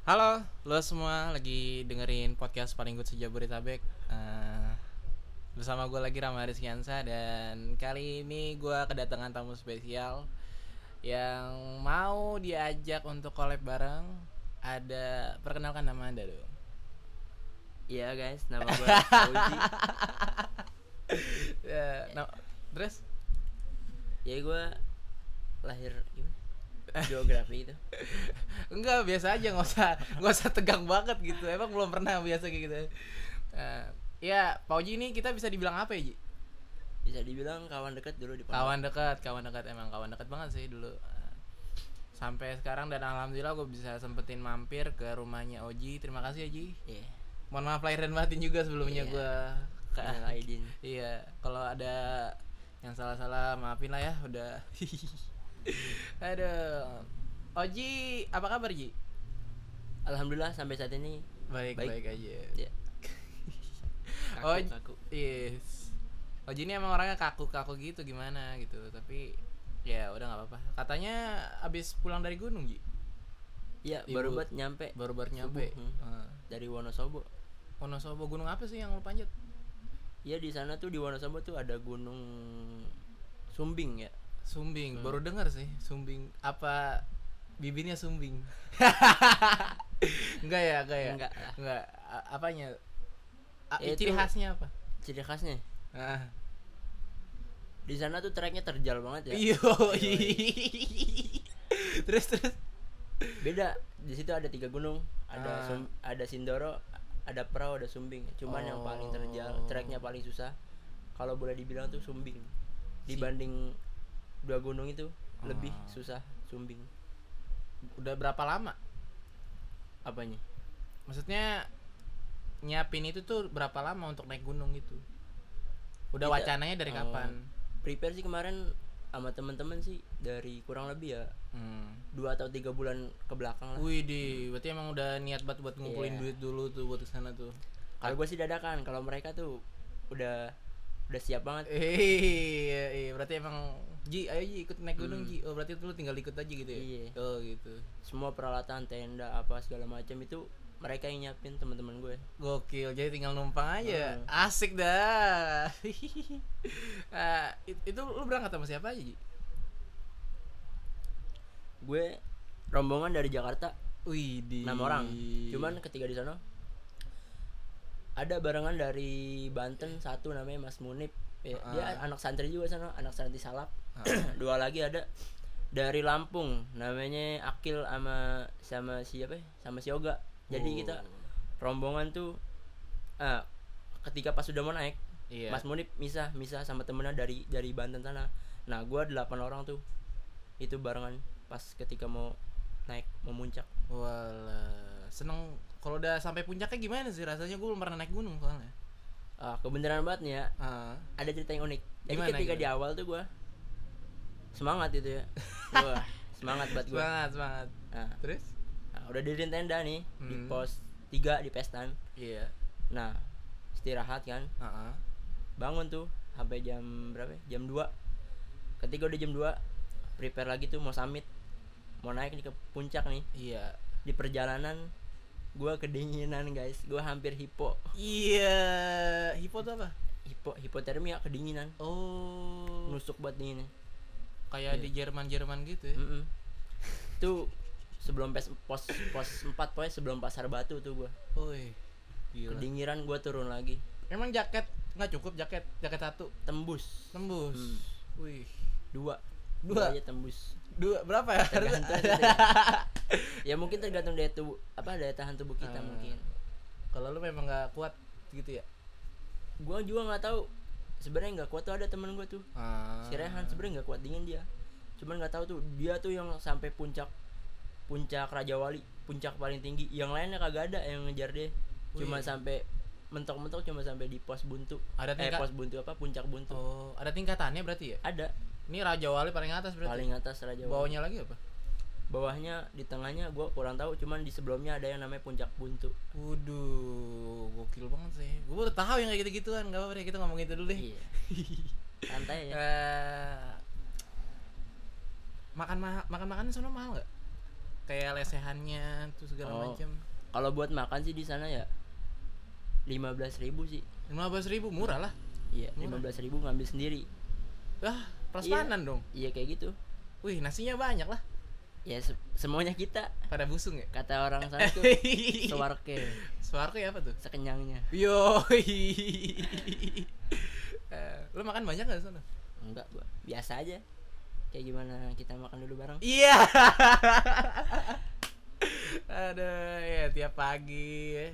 Halo, lo semua lagi dengerin podcast paling good sejabodetabek. Bersama gue lagi Rama Rizkiansa. Dan kali ini gue kedatangan tamu spesial yang mau diajak untuk collab bareng. Perkenalkan nama anda dong. Iya guys, nama gue Fauzi. Terus? Ya gue lahir gimana? Geografi itu. Enggak, biasa aja, nggak usah tegang banget gitu. Emang belum pernah biasa kayak gitu. Ya, Pak Oji ini kita bisa dibilang apa ya, Ji? Bisa dibilang kawan dekat dulu di pondok. Kawan dekat emang kawan dekat banget sih dulu. Sampai sekarang, dan alhamdulillah gue bisa sempetin mampir ke rumahnya Oji. Terima kasih Oji. Iya. Mohon maaf lahir dan batin juga sebelumnya. Iya. Gue Aidin. Iya, kalau ada yang salah-salah maafin lah ya, udah. Aduh. Oji, apa kabar Ji? Alhamdulillah sampai saat ini Baik aja. ya. Kaku. Yes. Oji ini emang orangnya kaku gitu, gimana gitu. Tapi ya udah nggak apa-apa. Katanya abis pulang dari gunung, Ji. Iya, baru buat nyampe. Baru nyampe. Dari Wonosobo. Wonosobo, gunung apa sih yang lo panjat? Iya, di sana tuh di Wonosobo tuh ada gunung Sumbing ya. Sumbing, baru dengar sih. Sumbing apa, bibirnya sumbing? Enggak ya. Enggak. Apanya? Ciri khasnya apa? Ciri khasnya? Di sana tuh treknya terjal banget ya. Iyo. Terus. Beda, di situ ada 3 gunung. Ada Sindoro, ada Prau, ada Sumbing. Cuman yang paling terjal, treknya paling susah. Kalau boleh dibilang tuh Sumbing. Dibanding 2 gunung itu lebih susah Sumbing. Udah berapa lama? Apanya? Maksudnya nyiapin itu tuh berapa lama untuk naik gunung itu? Udah wacananya dari kapan? Prepare sih kemarin sama teman-teman sih dari kurang lebih ya 2 atau 3 bulan ke belakang lah. Wih, berarti emang udah niat buat ngumpulin duit dulu tuh buat kesana tuh. Kalau gue sih dadakan, kalau mereka tuh udah siap banget. Iya, berarti emang Ji, ayo Ji ikut naik gunung Ji. Oh, berarti lu tinggal ikut aja gitu ya? Iya. Oh gitu. Semua peralatan, tenda, apa segala macam itu mereka yang nyiapin, teman-teman gue. Gokil, jadi tinggal numpang aja. Asik dah. Itu lu berangkat sama siapa aja Ji? Gue rombongan dari Jakarta. Wih, 6 orang. Cuman ketika di sana ada barengan dari Banten, satu namanya Mas Munib. Dia anak santri juga sana, anak santri Salap. 2 lagi ada dari Lampung, namanya Akil sama siapa? Sama si Yoga. Jadi kita rombongan tuh ketika pas sudah mau naik, Mas Munib misah sama temennya dari Banten sana. Nah, gua 8 orang tuh itu barengan pas ketika mau naik, mau muncak. Walah, seneng. Kalau udah sampai puncaknya gimana sih rasanya? Gue belum pernah naik gunung soalnya. Kebenaran banget nih ya. Ada cerita yang unik. Jadi ketika di awal tuh gue semangat gitu ya. Wah, semangat banget gue. Semangat. Terus? Udah diriin tenda nih di pos 3 di Pestan. Iya. Nah, istirahat kan. Bangun tuh sampai jam berapa? Jam 2. Ketika udah jam 2, prepare lagi tuh mau summit. Mau naik nih ke puncak nih. Iya. Di perjalanan gue kedinginan guys, gue hampir hipo. Iya, hipo tuh apa? Hipotermia, kedinginan. Nusuk buat dinginnya. Kayak di Jerman gitu ya. Tuh sebelum pos 4, pokoknya sebelum Pasar Batu tuh gue. Gila. Kedinginan, gue turun lagi. Emang jaket nggak cukup, jaket satu tembus. Wih, dua aja tembus. Berapa ya? Ya mungkin tergantung daya tahan tubuh kita mungkin. Kalau lu memang nggak kuat gitu ya? Gua juga nggak tahu. Sebenarnya nggak kuat tuh, ada temen gue tuh. Si Rehan sebenarnya nggak kuat dingin dia. Cuman nggak tahu tuh dia tuh yang sampai puncak Raja Wali, puncak paling tinggi. Yang lainnya kagak ada yang ngejar dia. Cuma sampai mentok-mentok cuma sampai di pos buntu. Pos buntu apa? Puncak buntu. Ada tingkatannya berarti ya? Ada. Ini Raja Wali paling atas berarti? Paling atas Raja Wali. Bawahnya lagi apa? Bawahnya, di tengahnya gue kurang tahu, cuman di sebelumnya ada yang namanya Puncak Buntu. Waduh, gokil banget sih. Gue baru tahu yang kayak gitu-gituan. Gak apa-apa deh, kita ngomong itu dulu deh. Iya. Santai ya. Makan makanan sono mahal nggak? kayak lesehannya tuh segala macam. Kalau buat makan sih di sana ya 15.000 sih. 15.000 murah lah. Iya, 15.000 ngambil sendiri. Prasmanan dong. Iya kayak gitu. Wih, nasinya banyak lah. Ya semuanya kita Pada busung ya. kata orang sana tuh swarke. Swarke apa tuh? Sekenyangnya. Yo. Lo makan banyak gak sana? Enggak, gua biasa aja. Kayak gimana kita makan dulu bareng. Iya. Aduh, ya tiap pagi ya.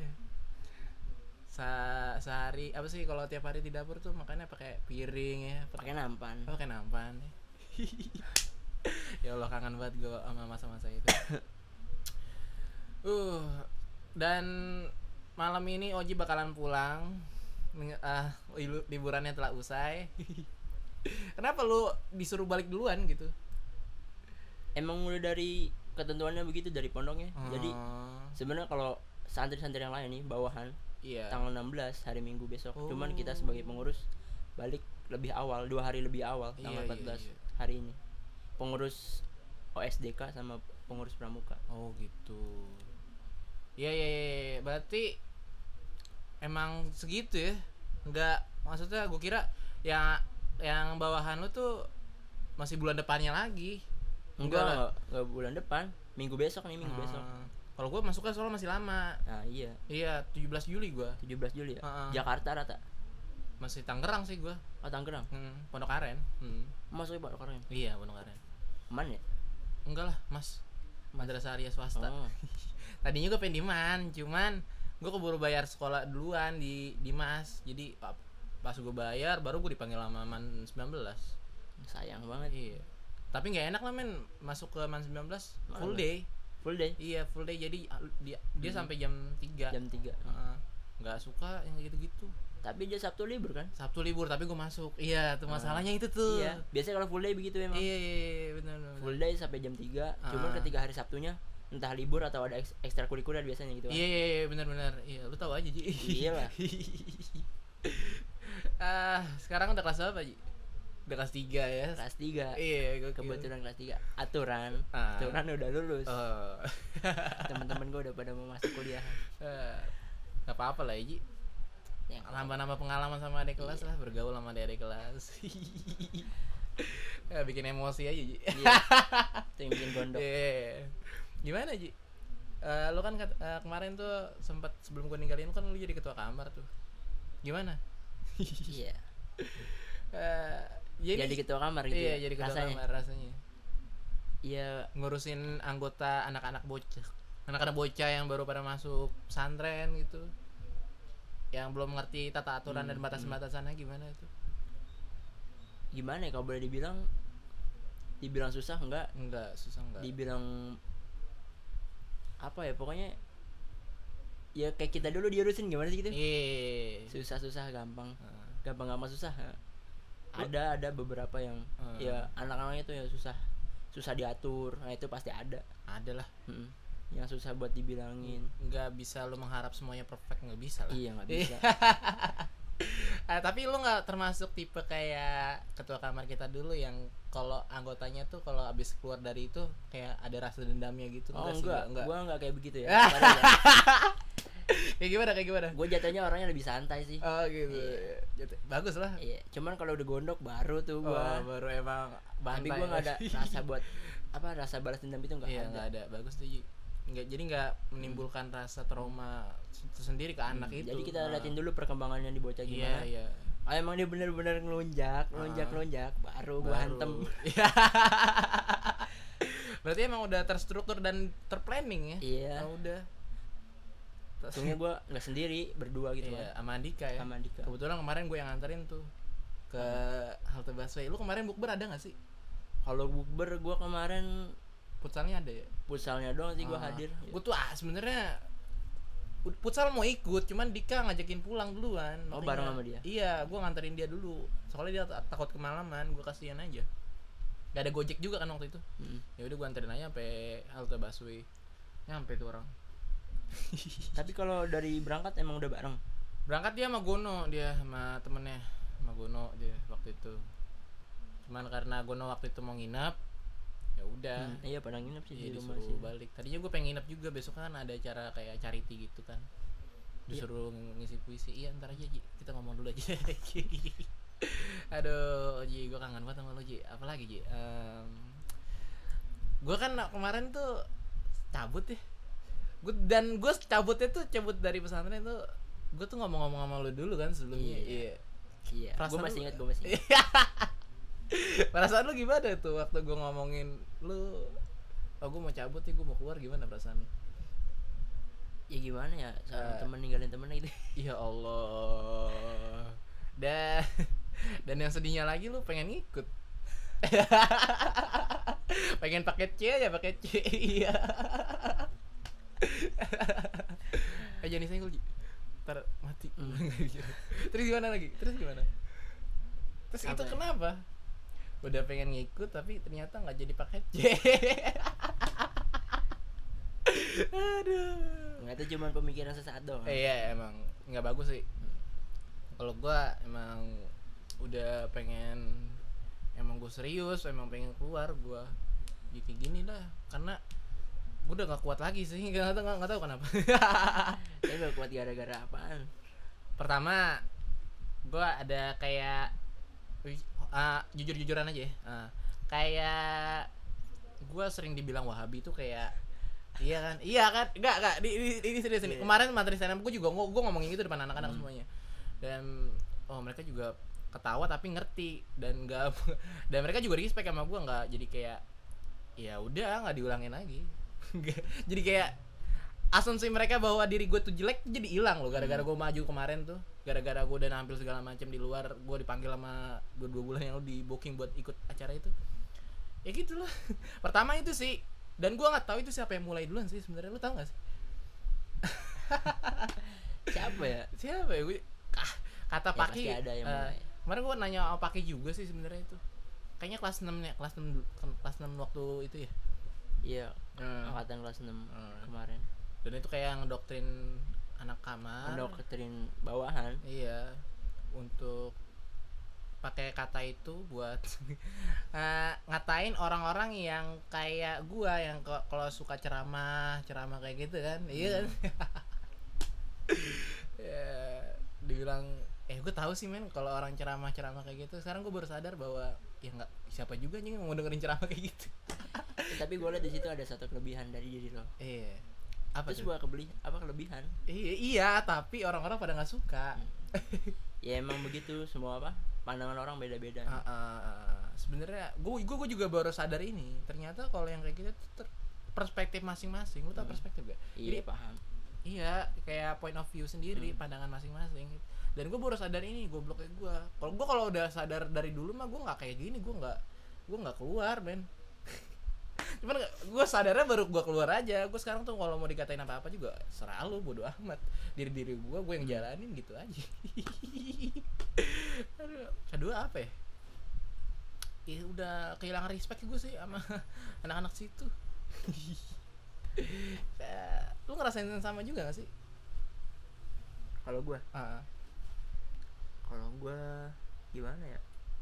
Sehari apa sih kalau tiap hari di dapur tuh makannya pakai piring ya, Pakai nampan. pakai nampan. Ya Allah, kangen banget gue sama masa-masa itu. Dan malam ini Oji bakalan pulang. Liburannya telah usai. Kenapa lu disuruh balik duluan gitu? Emang udah dari ketentuannya begitu dari pondoknya. Jadi sebenarnya kalau santri-santri yang lain nih bawahan, iya. tanggal 16 hari Minggu besok. Cuman kita sebagai pengurus balik lebih awal, 2 hari lebih awal, tanggal 14 hari ini. Pengurus OSDK sama pengurus pramuka. Oh gitu. Iya. Berarti emang segitu ya? Enggak, maksudnya gue kira yang bawahan lu tuh masih bulan depannya lagi. Enggak bulan depan, minggu besok nih, minggu besok. Kalau gue masuknya soalnya masih lama. Nah, iya. Iya, 17 Juli gue. 17 Juli ya. Jakarta rata. Masih Tangerang sih gue. Oh, Tangerang. Pondok Aren. Masuk Pondok Aren. Iya, Pondok Aren. Man ya? Enggak lah, Mas. Madrasah Arya swasta. Tadinya gue pengen di Man, cuman gue keburu bayar sekolah duluan di Mas. Jadi pas gue bayar baru gue dipanggil sama Man 19. Sayang banget. Iya. Tapi nggak enak lah men masuk ke Man 19 full day. Full day. Iya, full day. Jadi dia sampai jam 3. Jam 3. Nggak suka yang gitu-gitu. Tapi dia Sabtu libur kan? Sabtu libur tapi gue masuk. Iya, tuh masalahnya itu tuh. Iya. Biasanya kalau full day begitu memang. Iya, benar. Full day sampai jam 3. Cuman ketika hari Sabtunya entah libur atau ada ekstrakurikuler biasanya gitu kan. Iya, benar. Iya, lu tahu aja, Ji. Iyalah. Sekarang udah kelas apa, Ji? Udah kelas 3 ya. Kelas 3. Iya, gue kebetulan kelas 3. Aturan udah lulus. Teman-teman gue udah pada mau masuk kuliah. Gak apa-apa lah ya, Ji. Nambah-nambah pengalaman sama adik kelas lah, bergaul sama adik kelas. Ya, bikin emosi aja, Ji. Iya. Itu yang bikin gondok. Iya. Gimana, Ji? Lu kan kemarin tuh sempat sebelum gue ninggalin kan lu jadi ketua kamar tuh. Gimana? Iya. Jadi ketua kamar gitu. Iya, jadi ketua kamar rasanya. Iya, ngurusin anggota anak-anak bocah yang baru pada masuk pesantren gitu. Yang belum ngerti tata aturan dan batas-batasannya gimana itu? Gimana ya kalau boleh dibilang susah enggak? Enggak, susah enggak. Dibilang apa ya, pokoknya ya kayak kita dulu diurusin gimana sih gitu? Iya. Susah gampang. Gampang susah. Ada beberapa yang ya anak-anaknya tuh ya susah diatur. Nah, itu pasti ada. Ada lah. Yang susah buat dibilangin. Nggak bisa lu mengharap semuanya perfect, nggak bisa lah. Iya, nggak bisa. Tapi lu nggak termasuk tipe kayak ketua kamar kita dulu yang kalau anggotanya tuh kalau abis keluar dari itu kayak ada rasa dendamnya gitu? Enggak. Gua nggak kayak begitu ya. Kayak gimana? Gue jatuhnya orangnya lebih santai sih. Oh gitu. Iya. Bagus lah. Iya. Cuman kalau udah gondok baru tuh gua. Baru emang bantai. Tapi gua nggak ada rasa buat rasa balas dendam itu nggak ada. Iya, nggak ada. Bagus tuh. Jadi nggak menimbulkan rasa trauma tersendiri ke anak itu. Jadi kita liatin dulu perkembangannya di bocah gimana. Iya. Emang dia benar-benar ngelunjak baru gua hantem. Berarti emang udah terstruktur dan terplanning ya? Iya. Udah. Untungnya gue nggak sendiri, berdua gitu. Iya, sama Andika ya. Kebetulan kemarin gue yang nganterin tuh ke halte busway. Lu kemarin bukber ada nggak sih? Kalau bukber gue kemarin futsalnya ada ya? Futsalnya doang sih gue hadir. Gue tuh sebenarnya futsal mau ikut, cuman Dika ngajakin pulang duluan. Oh, bareng sama dia? Iya, gue nganterin dia dulu. Soalnya dia takut kemalaman, gue kasihan aja. Gak ada gojek juga kan waktu itu. Ya udah gue anterin aja sampai halte busway. Nyampe tuh orang. Tapi kalau dari berangkat emang udah bareng? Berangkat dia sama Gono, dia sama temennya, sama Gono dia waktu itu. Cuman karena Gono waktu itu mau nginep, ya udah. Iya pada nginep sih Iya, di rumah disuruh sih. balik. Tadinya gue pengen nginep juga, besok kan ada acara kayak charity gitu kan. Disuruh ngisi puisi. Iya, ntar aja Ji, kita ngomong dulu aja. Aduh Ji, gue kangen banget sama lo Ji. Apalagi Ji, gue kan kemarin tuh cabut ya. Gue cabutnya tuh cabut dari pesantren tuh. Gue tuh ngomong-ngomong sama lo dulu kan sebelumnya. Iya. Iya, gue Perasaan masih lu- ingat, gue masih ingat. Perasaan lu gimana tuh waktu gue ngomongin lu, oh gue mau cabut nih, gue mau keluar, gimana perasaan lu? Ya gimana ya, seorang temen ninggalin temen gitu. Ya Allah. Dan yang sedihnya lagi lu pengen ikut. Pengen paket C aja, paket C. Iya. Jangan disenggol Ji, ntar mati. Terus gimana lagi? Terus gimana? Terus itu Apa ya? kenapa? Udah pengen ngikut tapi ternyata nggak jadi paket C. Aduh. Nggak, itu cuma pemikiran sesaat doang. Iya, emang nggak bagus sih. Kalau gua emang udah pengen, emang gue serius, emang pengen keluar gua. Jadi kayak gini lah, karena gue udah nggak kuat lagi sih, nggak tahu kenapa. Tapi gak kuat gara-gara apaan? Pertama, gua ada kayak jujur-jujuran aja ya. Kayak gua sering dibilang Wahabi tuh kayak, iya kan, enggak, ini serius nih. Iya. Kemarin materi stand up gue juga gue ngomongin itu depan anak-anak semuanya, dan mereka juga ketawa tapi ngerti, dan enggak dan mereka juga respect sama gue, nggak jadi kayak ya udah nggak diulangin lagi. Jadi kayak asumsi mereka bahwa diri gue tuh jelek jadi hilang loh, gara-gara gue maju kemarin tuh, gara-gara gue udah nampil segala macam di luar, gue dipanggil sama 2 bulan yang lalu di booking buat ikut acara itu. Ya gitulah. Pertama itu sih, dan gue nggak tahu itu siapa yang mulai duluan sih sebenarnya, lu tahu nggak sih? Siapa ya? Siapa ya? Kata Ya, Paki. pasti ada yang mulai. Kemarin gue nanya sama Paki juga sih sebenarnya itu. Kayaknya kelas 6 ya, kelas 6 waktu itu ya. Iya, Hmm. angkatan kelas 6 kemarin. Dan itu kayak ngedoktrin anak kamar. Mendoktrin bawahan. Iya. Untuk pakai kata itu buat ngatain orang-orang yang kayak gua yang kalau suka ceramah kayak gitu kan. Iya kan. Ya, dibilang gue tahu sih men kalau orang ceramah kayak gitu. Sekarang gue baru sadar bahwa ya nggak, siapa juga nih yang mau dengerin ceramah kayak gitu. Tapi gue liat di situ ada satu kelebihan dari diri lo. Iya. Apa Terus tuh? buat kelebihan? Iya, tapi orang-orang pada nggak suka. Ya emang begitu, semua pandangan orang beda-beda. Sebenarnya gue juga baru sadar ini. Ternyata kalau yang kayak gitu tuh perspektif masing-masing. Lu tau perspektif gak? Iya, Jadi, paham. iya, kayak point of view sendiri, pandangan masing-masing. Dan gue baru sadar ini, gobloknya gue. Kalau udah sadar dari dulu mah gue nggak kayak gini, gue nggak keluar, men. Cuman gue sadarnya baru gue keluar aja. Gue sekarang tuh kalau mau dikatain apa-apa juga serah lu, bodo amat. Diri gue yang jalanin gitu aja. Aduh, kedua apa ya? Ya udah kehilangan respect gue sih sama anak-anak situ. Lu ngerasain yang sama juga gak sih? Kalau gue gimana ya?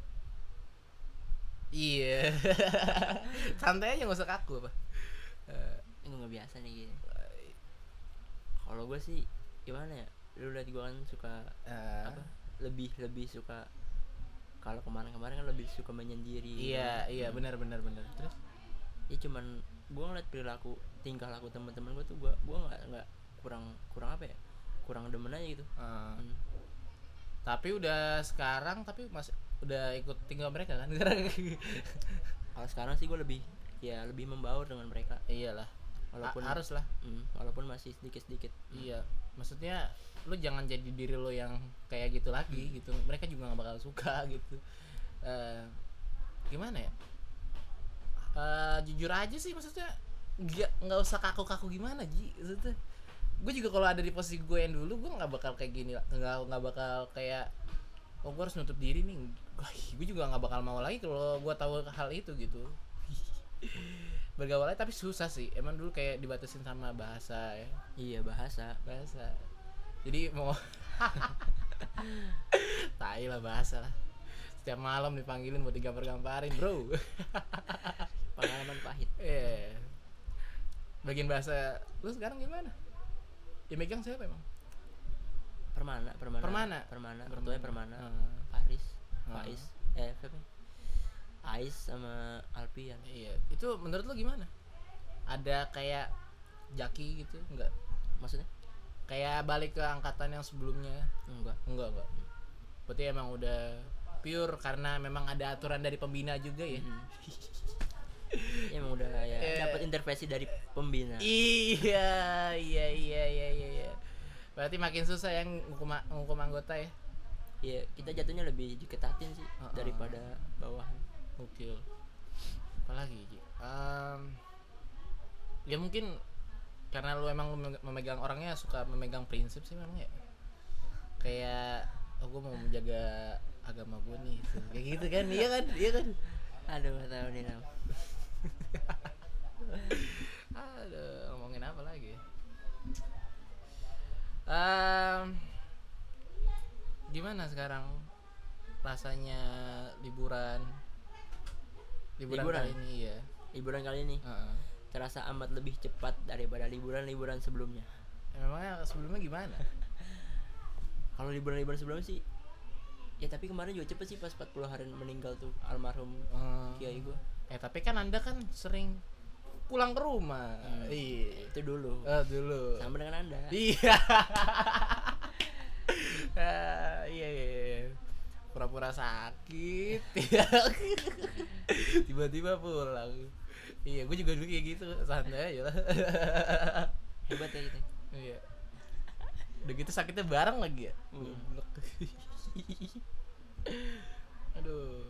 Iya. Santai aja, nggak usah kaku apa. Ini nggak biasa nih gini. Kalau gue sih gimana ya? Lu liat gue kan suka lebih suka, kalau kemarin kan lebih suka menyendiri. Iya, benar. Terus? Ya cuman gue ngeliat perilaku, tingkah laku teman-teman gue tuh gue nggak kurang apa ya? Kurang demen aja gitu. Tapi udah sekarang udah ikut tinggal mereka kan? Kalau sekarang sih gue lebih membaur dengan mereka. Iyalah. Walaupun Harus lah. Walaupun masih sedikit. Iya. Maksudnya lu jangan jadi diri lo yang kayak gitu lagi gitu. Mereka juga nggak bakal suka gitu. Gimana ya? Jujur aja sih, maksudnya nggak usah kaku gimana Ji. Maksudnya gue juga kalau ada di posisi gue yang dulu, gue nggak bakal kayak gini, nggak bakal kayak gue harus nutup diri nih. Gue juga nggak bakal mau lagi kalau gue tahu hal itu gitu. Bergaul aja, tapi susah sih emang dulu, kayak dibatasin sama bahasa ya. Iya, bahasa. Jadi mau tai lah bahasa lah, setiap malam dipanggilin buat digambar-gamparin bro. Pengalaman Iya. Bagian bahasa lu sekarang gimana? Yang megang siapa emang? Permana. Ketuanya Permana. Faris, Faiz, siapa? Ais sama Alpian. Iya. Itu menurut lu gimana? Ada kayak Jaki gitu enggak? Maksudnya? Kayak balik ke angkatan yang sebelumnya? Enggak. Berarti emang udah pure karena memang ada aturan dari pembina juga ya. Ya, emang udah ya dapat intervensi dari pembina. Iya. Berarti makin susah yang ngukum anggota ya. Iya, kita jatuhnya lebih diketatin sih daripada bawah. Gokil. Apalagi Ji? Ya mungkin karena lu emang memegang orangnya suka memegang prinsip sih memang ya. Kayak gue mau menjaga agama gue nih gitu. Kayak gitu kan. Iya kan. Aduh, gak tahu nih Nam. Aduh, ngomongin apa lagi? Gimana sekarang rasanya liburan kali ini ya? Liburan kali ini terasa amat lebih cepat daripada liburan sebelumnya. Memangnya sebelumnya gimana? Kalau liburan sebelumnya sih ya, tapi kemarin juga cepet sih pas 40 hari meninggal tuh almarhum kiai gua. Tapi kan Anda kan sering pulang ke rumah. Iya. Itu dulu. Dulu. Sama dengan Anda. Iya. Iya. Pura-pura sakit. Tiba-tiba pulang. Iya, gue juga dulu kayak gitu, santai aja lah. Hebat ya gitu. Iya. Udah gitu sakitnya bareng lagi ya. Aduh.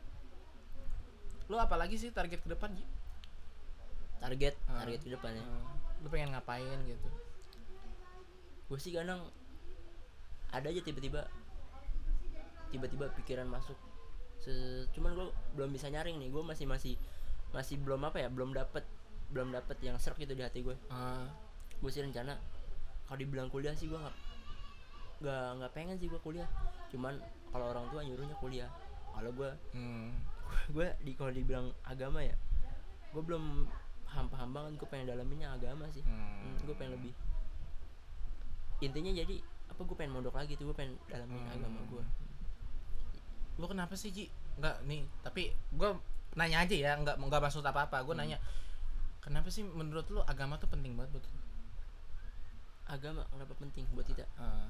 Lu apa lagi sih target ke depan, Ji? Target ke depannya. Lu pengen ngapain gitu? Gue sih kadang ada aja tiba-tiba pikiran masuk. Cuman gue belum bisa nyaring nih. Gue masih belum belum dapet yang serk gitu di hati gue. Gue sih rencana kalau dibilang kuliah sih gue nggak pengen sih gue kuliah. Cuman kalau orang tua nyuruhnya kuliah. Kalau gue kalau dibilang agama ya, gue belum paham banget. Gue pengen dalaminnya agama sih. Gue pengen lebih intinya jadi apa, gue pengen mondok lagi tuh, gue pengen dalamin agama gue. Lu kenapa sih, Ji? Enggak nih, tapi gue nanya aja ya, enggak maksud apa-apa. Gue nanya, kenapa sih menurut lu agama tuh penting banget buat lu? Agama kenapa penting buat kita?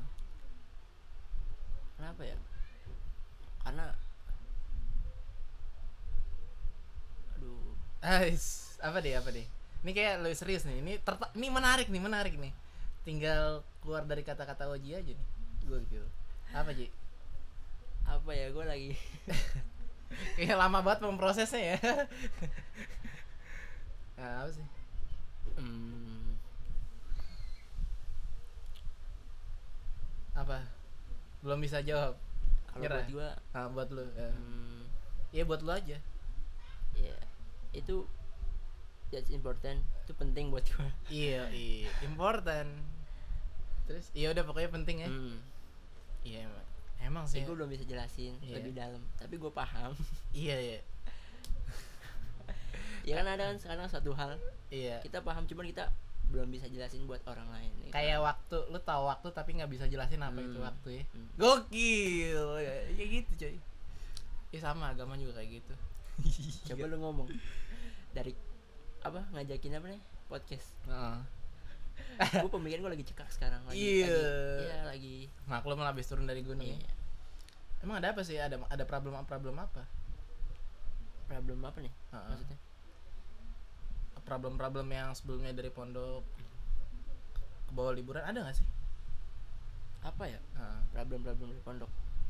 Kenapa ya? Karena apa deh? Ini kayak lu serius nih. Ini menarik nih. Tinggal keluar dari kata-kata Oji aja nih. Gue gitu. Apa, Ji? Apa ya, gue lagi kayak lama banget memprosesnya ya. Apa sih? Apa? Belum bisa jawab. Kalau buat gue buat lu ya buat lu aja. Ya, itu that's important. Itu penting buat gue. Iya, important. Terus ya udah pokoknya penting ya. Iya, emang sih. Gue belum bisa jelasin lebih dalam, tapi gue paham. Iya. Ya kan ada kan sekarang satu hal. Iya. Kita paham, cuman kita belum bisa jelasin buat orang lain. Kayak waktu, lu tahu waktu tapi nggak bisa jelasin apa itu waktu ya. Gokil. Ya gitu coy. Ya sama, agama juga kayak gitu. Coba lu ngomong dari apa, ngajakin apa nih podcast. Gue pemikiran gue lagi cekak sekarang lagi. Maklum lah, habis turun dari gunung. Iya. Emang ada apa sih? Ada problem apa? Problem apa nih? Maksudnya? Problem yang sebelumnya dari pondok ke bawah liburan ada nggak sih? Apa ya? Problem dari pondok.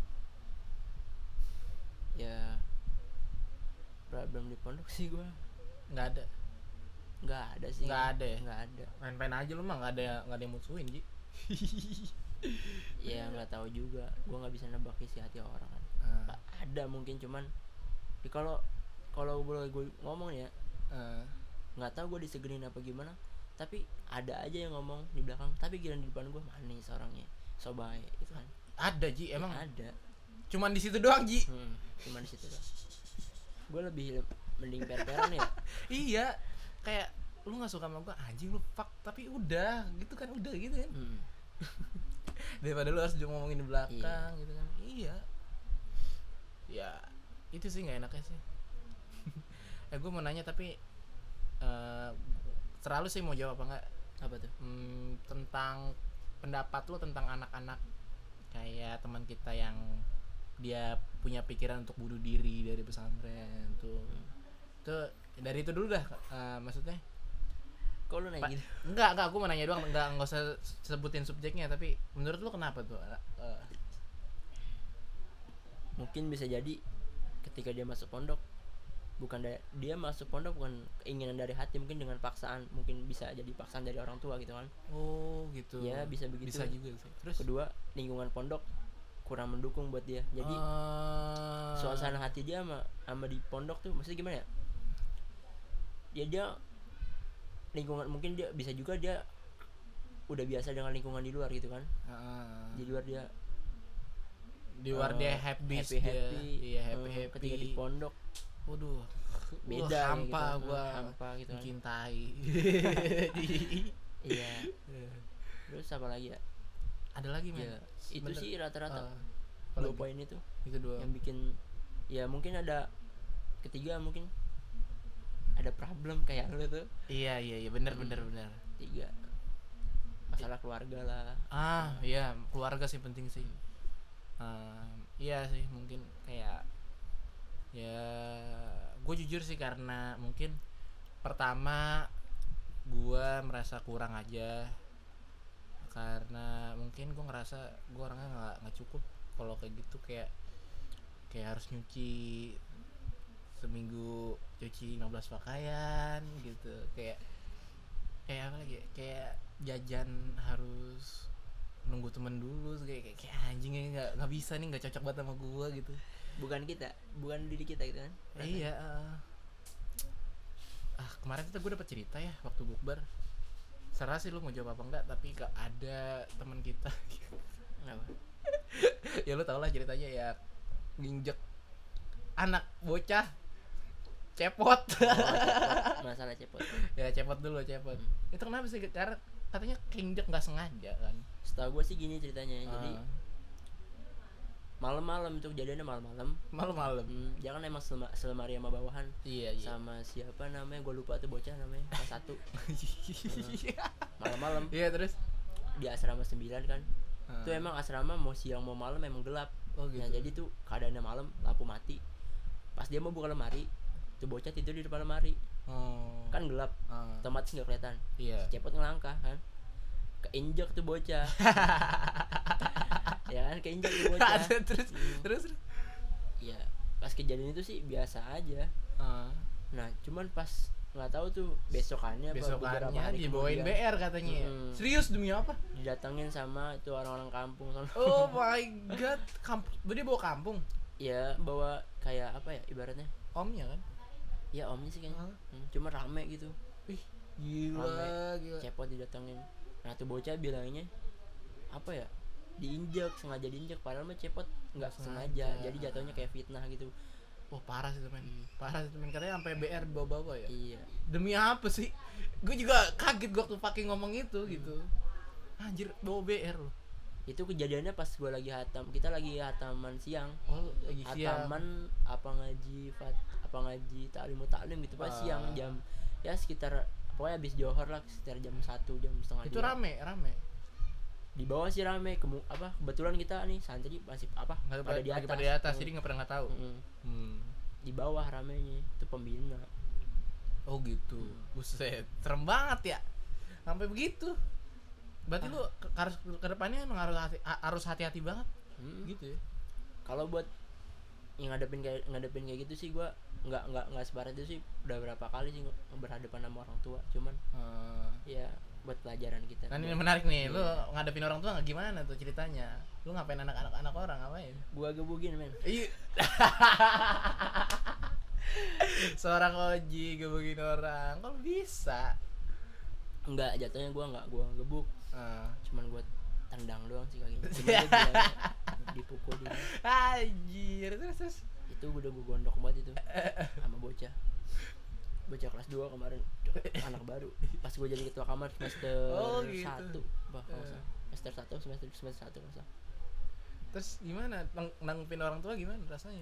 Ya, problem di pondok sih gue nggak ada sih. Nggak ada ya? Nggak ada. Main-main aja lu mah, nggak ada yang musuhin, Ji. Ya nggak tahu juga, gue nggak bisa nebak isi hati orang kan. Ada mungkin, cuman kalau boleh gue ngomong ya, nggak tahu gue disegerin apa gimana, tapi ada aja yang ngomong di belakang, tapi giliran di depan gue manis orangnya, so baik itu kan. Ada, Ji, emang ada. Cuman di situ doang, Ji. Cuman di situ doang. Gue lebih mending per-peran ya. Iya. kayak lu nggak suka sama gue anjing lu fuck, tapi udah gitu kan, udah gitu kan. Daripada lu harus ngomongin di belakang gitu kan. Iya ya itu sih nggak enaknya sih. Gue mau nanya tapi selalu sih mau jawab apa enggak. Apa tuh? Tentang pendapat lu tentang anak-anak kayak teman kita yang dia punya pikiran untuk bunuh diri dari pesantren tuh. Tuh dari itu dulu dah, maksudnya. Kok lu nanya gitu? Enggak, gue mau nanya doang, enggak usah sebutin subjeknya, tapi menurut lu kenapa tuh? Mungkin bisa jadi ketika dia masuk pondok, dia masuk pondok bukan keinginan dari hati, mungkin dengan paksaan, mungkin bisa jadi paksaan dari orang tua gitu kan. Oh gitu ya bisa begitu. Bisa juga sih. Terus kedua, lingkungan pondok kurang mendukung buat dia, jadi suasana hati dia sama di pondok tuh maksudnya gimana ya, dia lingkungan, mungkin dia bisa juga dia udah biasa dengan lingkungan di luar gitu kan. Di luar dia happy. Iya, happy. Ketika di pondok, waduh, beda hampa gitu. Gua hampa gitu kan. mencintai. Iya. Terus apa lagi ya? Ada lagi men. Ya, itu sih rata-rata 2 poin itu doang yang bikin. Ya mungkin ada ketiga, mungkin ada problem kayak lu tuh. Iya benar. 3 masalah keluarga lah. Iya, keluarga sih penting sih. Iya sih, mungkin kayak ya gue jujur sih, karena mungkin pertama gue merasa kurang aja, karena mungkin gue ngerasa gue orangnya nggak cukup kalau kayak gitu, kayak harus nyuci seminggu, cuci 15 pakaian gitu, kayak apa lagi, kayak jajan harus nunggu temen dulu, kayak anjingnya nggak bisa nih, nggak cocok banget sama gue gitu. Bukan diri kita gitu kan. Iya. Kemarin kita gue dapet cerita ya waktu bukber. Serah sih lu mau jawab apa enggak, tapi gak ada teman kita. Kenapa? Ya lu tau lah ceritanya ya, nginjek anak bocah cepot. Masalah cepot. Ya cepot. Itu kenapa sih? Karena katanya keinjek nggak sengaja kan. Setahu gue sih gini ceritanya. Jadi malam-malam itu kejadiannya malam-malam. Jangan emang selemari sama bawahan. Iya. Sama siapa namanya, gue lupa tuh bocah namanya, kelas 1. Malam-malam. Iya, terus di asrama 9 kan. Itu emang asrama mau siang mau malam emang gelap. Gitu. Nah, jadi tuh keadaannya malam, lampu mati. Pas dia mau buka lemari, tuh bocah tidur di depan lemari. Kan gelap. Otomatis enggak kelihatan. Iya. Si cepot ngelangkah kan. Keinjek tuh bocah. Ya kan, keinjek tuh bocah. Terus ya pas kejadian itu sih biasa aja. Nah cuman pas nggak tahu tuh besokannya dibawain BR katanya. Serius, demi apa? Didatengin sama itu orang-orang kampung. Oh my god, dia bawa kampung? Ya bawa kayak apa ya ibaratnya, omnya kan? Ya omnya sih kayaknya. Cuma rame gitu. Gila. Cepot didatengin. Nah tuh bocah bilangnya apa ya, sengaja diinjek, padahal mah cepot nggak sengaja, jadi jatuhnya kayak fitnah gitu. Wah parah sih temen. Katanya sampai BR bawa-bawa ya. Iya. Demi apa sih? Gue juga kaget gue waktu pakai ngomong itu gitu. Anjir, bawa BR loh. Itu kejadiannya pas gue lagi kita lagi hataman siang. Lagi siang. Hataman apa ngaji taklim gitu pas siang, jam ya sekitar pokoknya habis johor lah, sekitar jam 1, jam setengah 2. Itu rame. Di bawah sih rame, kebetulan kita nih santri masih pada di atas. Jadi nggak pernah tahu. Di bawah ramenya itu pembina. Oh gitu. Buset, serem banget ya. Sampai begitu. Berarti lu harus ke depannya emang harus hati-hati banget. Gitu ya. Kalau buat yang ngadepin kayak gitu sih gua nggak separah itu sih. Udah berapa kali sih berhadapan sama orang tua, cuman ya buat pelajaran kita. Nah ini menarik nih, lu ngadepin orang tua nggak gimana tuh ceritanya? Lu ngapain anak orang ngapain? Gua gebugin men. Iya. Seorang Oji gebugin orang, kok bisa? Enggak, jatuhnya gua gebuk. Cuman gua tendang doang sih kakinya. Cuman dia dipukul dia. Anjir, terus. Itu udah gua gondok banget itu sama bocah. bocah kelas 2 kemarin anak baru pas gue jadi ketua kamar semester gitu. 1 semester 1 semester 1 masa. Terus gimana nanggepin orang tua gimana rasanya?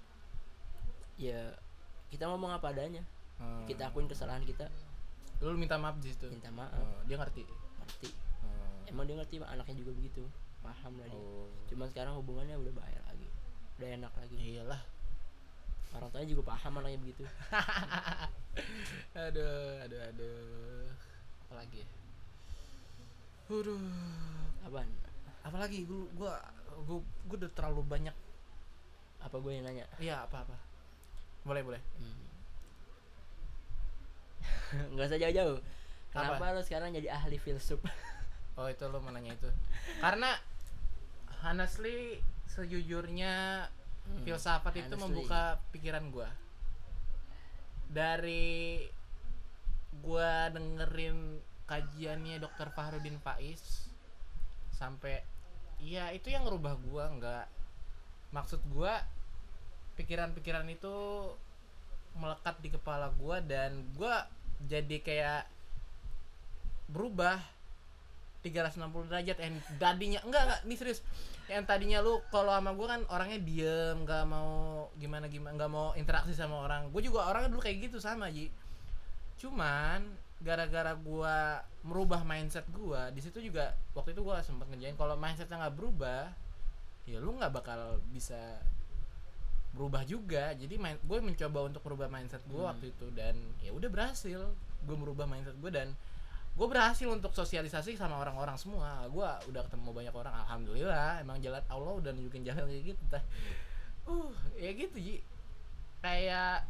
Ya kita ngomong apa adanya, kita akuin kesalahan kita. Lu minta maaf di situ? Minta maaf. Dia ngerti. Emang dia ngerti, anaknya juga begitu, paham lah dia. Cuman sekarang hubungannya udah baik lagi, udah enak lagi. Iyalah, orang tuanya juga paham anaknya begitu. aduh apalagi ya? Apaan? Apalagi gue udah terlalu banyak. Apa gue yang nanya? Iya, apa boleh Nggak usah jauh-jauh. Kenapa lo sekarang jadi ahli filsuf? Oh, itu lo mau nanya itu karena honestly sejujurnya filsafat itu membuka pikiran gue. Dari gue dengerin kajiannya Dr. Fahrudin Faiz sampai ya itu yang ngerubah gue. Nggak, maksud gue pikiran-pikiran itu melekat di kepala gue dan gue jadi kayak berubah 360 derajat. Tadinya enggak ini serius. Yang tadinya lu kalau sama gue kan orangnya diem, nggak mau gimana nggak mau interaksi sama orang. Gue juga orangnya dulu kayak gitu sama Ji. Cuman gara-gara gue merubah mindset gue, di situ juga waktu itu gue sempat ngejain kalau mindsetnya nggak berubah, ya lu nggak bakal bisa berubah juga. Jadi gue mencoba untuk merubah mindset gue waktu itu dan ya udah berhasil. Gue merubah mindset gue dan gue berhasil untuk sosialisasi sama orang-orang semua. Gue udah ketemu banyak orang, alhamdulillah. Emang jalan Allah udah nunjukin jalan kayak gitu. Ya gitu Ji. Kayak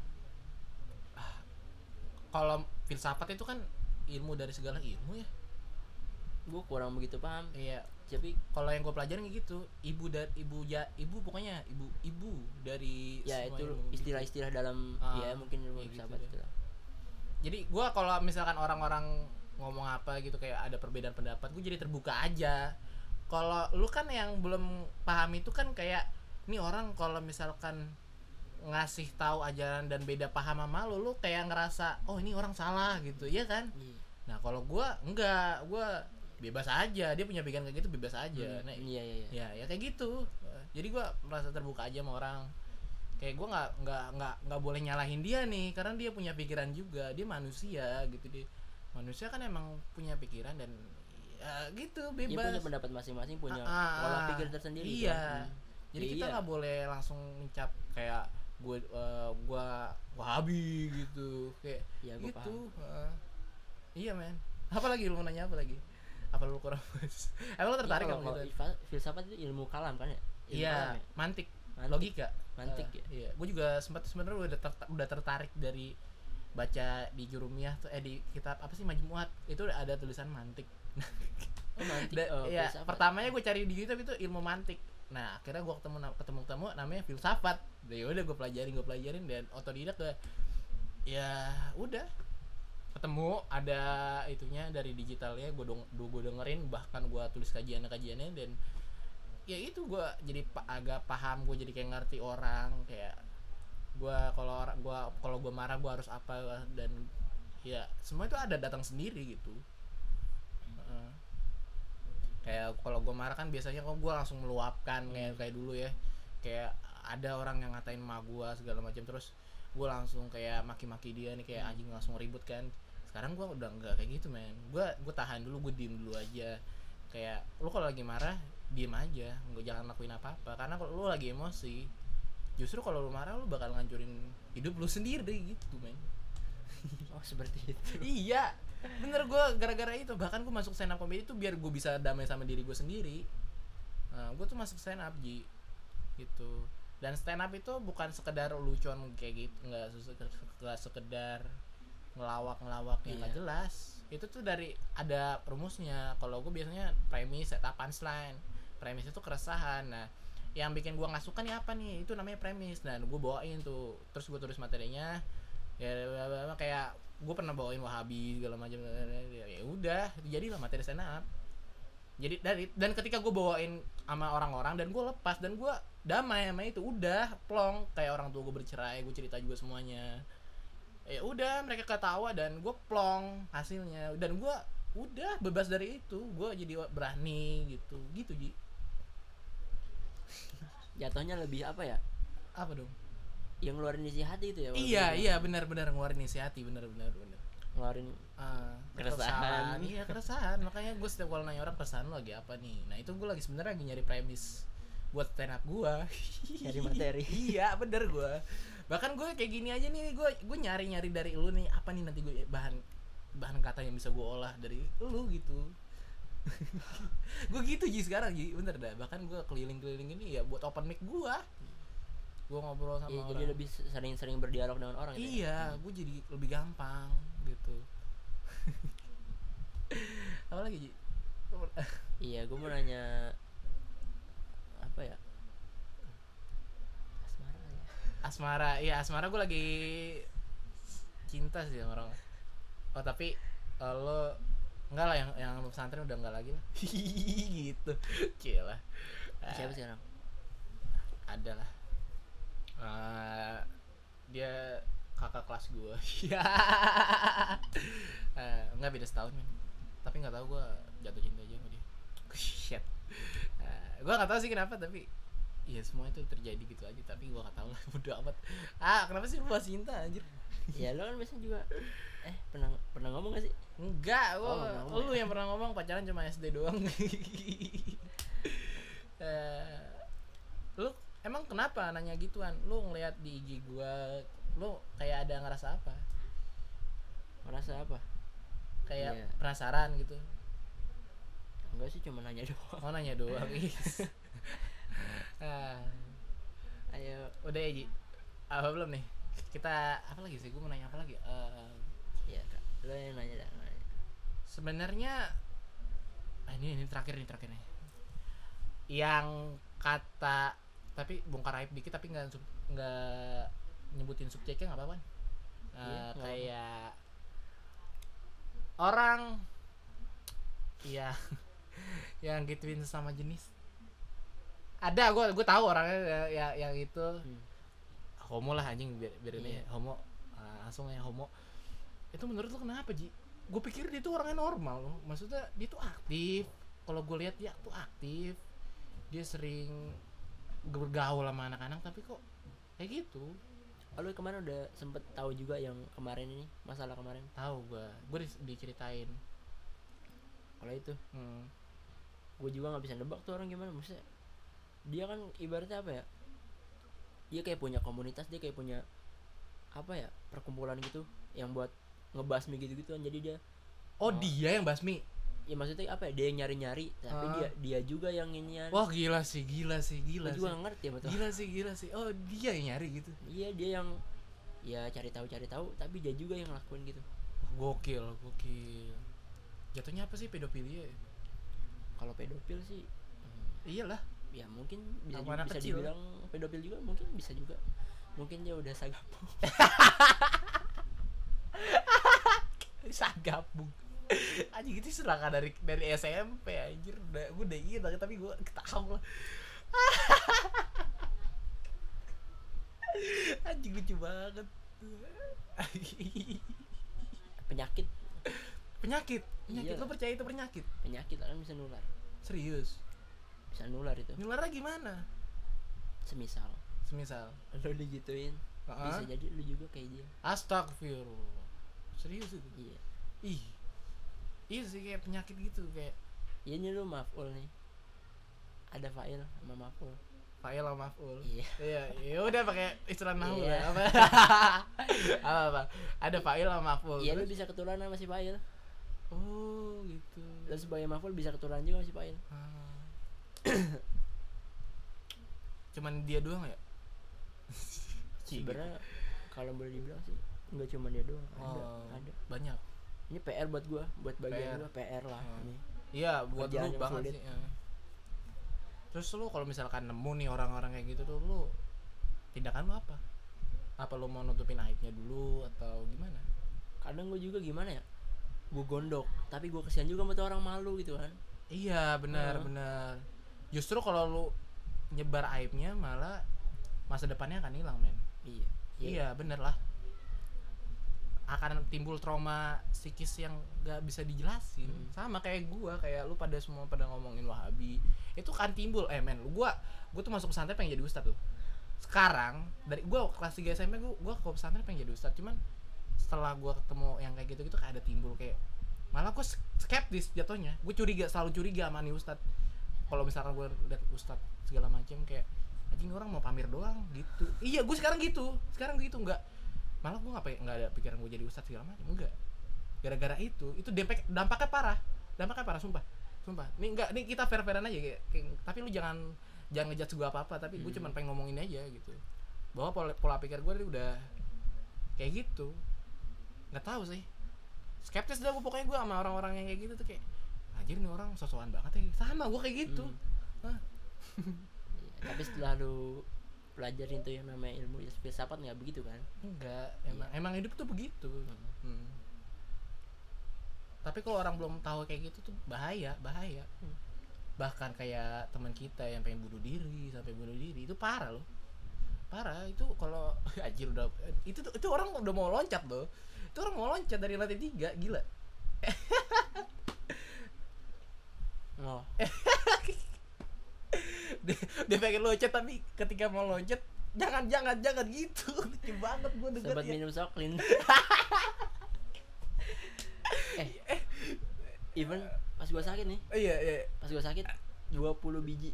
kalau filsafat itu kan ilmu dari segala ilmu ya. Gue kurang begitu paham. Iya. Tapi kalau yang gue pelajarin kayak gitu, ibu pokoknya ibu dari ya itu ilmu, istilah-istilah gitu. dalam ya mungkin ilmu filsafat gitu itu lah. Jadi gue kalau misalkan orang-orang ngomong apa gitu kayak ada perbedaan pendapat, gue jadi terbuka aja. Kalau lu kan yang belum paham itu kan kayak nih orang kalau misalkan ngasih tahu ajaran dan beda paham sama lu kayak ngerasa oh ini orang salah gitu, ya kan? Nah kalau gue enggak, gue bebas aja, dia punya pikiran kayak gitu bebas aja. Nah, iya. Ya kayak gitu. Jadi gue merasa terbuka aja sama orang. Kayak gue nggak boleh nyalahin dia nih karena dia punya pikiran juga, dia manusia gitu. Dia manusia kan emang punya pikiran dan ya gitu bebas. Dia punya pendapat masing-masing, punya pola pikir tersendiri. Iya. Kan? Jadi kita nggak boleh langsung mencap kayak gue Wahabi gitu kayak ya, gitu. Iya men. Apa lagi lu mau nanya apa lagi? Apa lu kurang pas? Emang lu tertarik sama gitu? Filsafat itu ilmu kalam kan ya? Iya, mantik, logika, mantik ya. Iya, gue juga sebenarnya udah tertarik dari baca di Jurumiyah tuh di kitab apa sih Majmuat itu ada tulisan mantik. Mantik. Ya, pertamanya gue cari di YouTube itu ilmu mantik. Nah, akhirnya gue ketemu namanya filsafat. Ya udah gue pelajarin dan otodidak gue. Ya, udah. Ketemu ada itunya dari digitalnya, gue dengerin, bahkan gue tulis kajiannya dan ya itu gue jadi agak paham, gue jadi kayak ngerti orang, kayak gue kalau gue marah gue harus apa dan ya semua itu ada datang sendiri gitu. Kayak kalau gue marah kan biasanya kok gue langsung meluapkan kayak dulu ya, kayak ada orang yang ngatain emak gue segala macam terus gue langsung kayak maki-maki dia nih kayak anjing, langsung ribut kan. Sekarang gue udah enggak kayak gitu men, gue tahan dulu, gue diem dulu aja. Kayak lu kalau lagi marah diem aja, nggak jangan lakuin apa-apa karena kalau lu lagi emosi justru kalau lu marah lu bakal ngancurin hidup lu sendiri gitu men. Oh seperti itu. Iya bener, gue gara-gara itu bahkan gue masuk stand up comedy itu biar gue bisa damai sama diri gue sendiri. Nah, gue tuh masuk stand up gitu. Dan stand up itu bukan sekedar lucuan kayak gitu, nggak sekedar ngelawak yang nggak jelas. Itu tuh dari ada rumusnya. Kalau gue biasanya premis, setup, punchline. Premis itu keresahan. Nah, yang bikin gue nggak suka nih apa nih? Itu namanya premis. Dan gue bawain tuh, terus gue tulis materinya. Ya kayak gue pernah bawain Wahabi segala macam. Ya udah, jadilah materi stand up. Jadi dan ketika gue bawain sama orang-orang dan gue lepas dan gue damai sama itu, udah plong, kayak orang tua gue bercerai, gue cerita juga semuanya. Ya udah mereka ketawa dan gue plong hasilnya, dan gue udah bebas dari itu, gue jadi berani gitu Ji. Jatuhnya lebih apa ya, Apa dong? yang ngeluarin isi hati itu ya. Iya benar ngeluarin isi hati, benar Ngeluarin keresahan. Iya, keresahan. Makanya gue setiap kalau nanya orang keresahan lo lagi apa nih, nah itu gue lagi sebenarnya lagi nyari premis buat stand up gue. Nyari materi. Iya bener, gue bahkan gue kayak gini aja nih, gue nyari dari lu nih, apa nih nanti gue bahan kata yang bisa gue olah dari lu gitu. Gue gitu Ji sekarang Ji, bener dah. Bahkan gue keliling ini ya buat open mic gue ngobrol sama orang. Jadi lebih sering berdialog dengan orang gitu. Iya, gue jadi lebih gampang gitu. Apa lagi Ji? Iya, gue mau nanya apa ya, asmara gue lagi cinta sih sama orang. Oh tapi lo enggak lah, yang pesantren udah enggak lagi lah. Gitu. Cila. Siapa sekarang? Ada lah. Dia kakak kelas gue. Enggak, beda setahun men. Tapi nggak tahu gue jatuh cinta aja sama dia. Shit. Gue nggak tahu sih kenapa, tapi ya semua itu terjadi gitu aja. Tapi gue nggak tahu lah, bodo amat. Kenapa sih lu bahas cinta anjir? Ya lo kan biasanya juga pernah ngomong gak sih? Enggak, lu yang pernah ngomong pacaran cuma SD doang. Lu emang kenapa nanya gituan? Lu ngelihat di IG gua, lu kayak ada ngerasa apa? Ngerasa apa? Kayak Yeah. penasaran gitu. Enggak sih, cuma nanya doang. Oh, nanya doang. Ayo. Udah ya Ji, apa belum nih? Kita apa lagi sih? Gue mau nanya apa lagi? Iya Kak, lo yang nanya dah. Sebenarnya ini terakhir nih. Yang kata, tapi bongkar aib dikit, tapi nggak nyebutin subjeknya, nggak apa-apa. Kayak orang ya yang gituin sesama jenis. Ada, gue tahu orangnya yang itu. Homo lah anjing, biar ini homo, langsung ya homo. Itu menurut lo kenapa Ji? Gue pikir dia tuh orangnya normal loh, maksudnya dia tuh aktif. Kalau gue lihat dia tuh aktif, dia sering bergaul sama anak-anak, tapi kok kayak gitu. Lo kemarin udah sempet tahu juga yang kemarin ini, masalah kemarin? Tahu gue diceritain. Kalau itu gue juga nggak bisa nebak tuh orang gimana. Maksudnya dia kan ibaratnya apa ya, dia kayak punya komunitas, dia kayak punya apa ya, perkumpulan gitu yang buat ngebasmi gitu kan. Jadi dia dia yang basmi ya, maksudnya apa ya, dia yang nyari tapi dia juga yang inian. Wah gila sih gue juga nggak ngerti ya betul. Gila sih oh dia yang nyari gitu. Iya, dia yang ya cari tahu tapi dia juga yang ngelakuin gitu. Gokil jatuhnya apa sih, pedofilia ya? Kalau pedofil sih iyalah ya, mungkin bisa kecil. dibilang pedofil juga, mungkin bisa juga, mungkin dia udah sagapung. Sagapung anjing, itu selaka dari SMP anjir. Gue udah inget banget, tapi gue ketawa. Anjing lucu banget. Penyakit. Iya. Lo percaya itu penyakit? Penyakit kan bisa nular. Serius? Bisa nular itu. Nularnya gimana? Semisal lo digituin, bisa jadi lo juga kayak dia. Astagfirullah. Serius itu? Iya. Iya sih, kayak penyakit gitu, kayak iya nih, lo maf'ul nih, ada fa'il sama maf'ul. fa'il sama maf'ul. Iya. Ya udah pakai istilah nahwu Iya. ya. Apa? Ada fa'il sama maf'ul. Iya, lo bisa ketularan sama si fa'il. Oh gitu. Lo sebagai maf'ul bisa ketularan juga sama si fa'il. Cuman dia doang ya? Sebenarnya kalau boleh dibilang sih nggak cuma dia doang, ada banyak. Ini PR buat gua, buat bagian gua PR lah ini. Iya, buat Kerjaan lu yang banget sulit. sih. Terus lu kalau misalkan nemu nih orang-orang kayak gitu tuh, lu tindakan lu apa? Apa lu mau nutupin aibnya dulu atau gimana? Kadang gua juga gimana ya, gua gondok, tapi gua kesian juga sama tuh orang malu gitu kan. Iya, benar. Justru kalau lu nyebar aibnya, malah masa depannya akan hilang, men. Iya. Iya, bener lah. akan timbul trauma psikis yang gak bisa dijelasin. Sama kayak gua, kayak lu pada semua pada ngomongin Wahabi, itu kan timbul men, gua tuh masuk pesantren pengen jadi ustadz tuh. Sekarang dari gua kelas 3 SMP gua ke pesantren pengen jadi ustadz, cuman setelah gua ketemu yang kayak gitu kayak ada timbul kayak malah gua skeptis jatuhnya. Gua selalu curiga sama nih ustadz. Kalau misalkan gua liat ustadz segala macam kayak anjing orang mau pamer doang gitu. Iya, gua sekarang gitu enggak, malah gue nggak ada pikiran gue jadi ustadz segala macam, enggak. Gara-gara itu dampaknya parah sumpah. Nih kita fair-fairan aja kayak tapi lu jangan ngejudge gue apa tapi gue cuma pengen ngomongin aja gitu bahwa pola pikir gue udah kayak gitu. Nggak tahu sih, skeptis dah gue pokoknya gue sama orang-orang yang kayak gitu tuh kayak anjir nih orang sosokan banget ya, sama gue kayak gitu. Tapi setelah lu pelajarin tuh yang namanya ilmu filsafat nggak begitu kan? Enggak, emang hidup tuh begitu. Tapi kalau orang belum tahu kayak gitu tuh bahaya. Bahkan kayak teman kita yang pengen bunuh diri itu parah loh. Parah itu kalau anjir udah itu orang udah mau loncat loh. Itu orang mau loncat dari lantai 3, gila. Oh. Dia pengen loncat tapi ketika mau loncat jangan gitu. Lucu banget gue dengernya. Sobat minum soklin. Even pas gua sakit nih. Iya. Pas gua sakit 20 biji.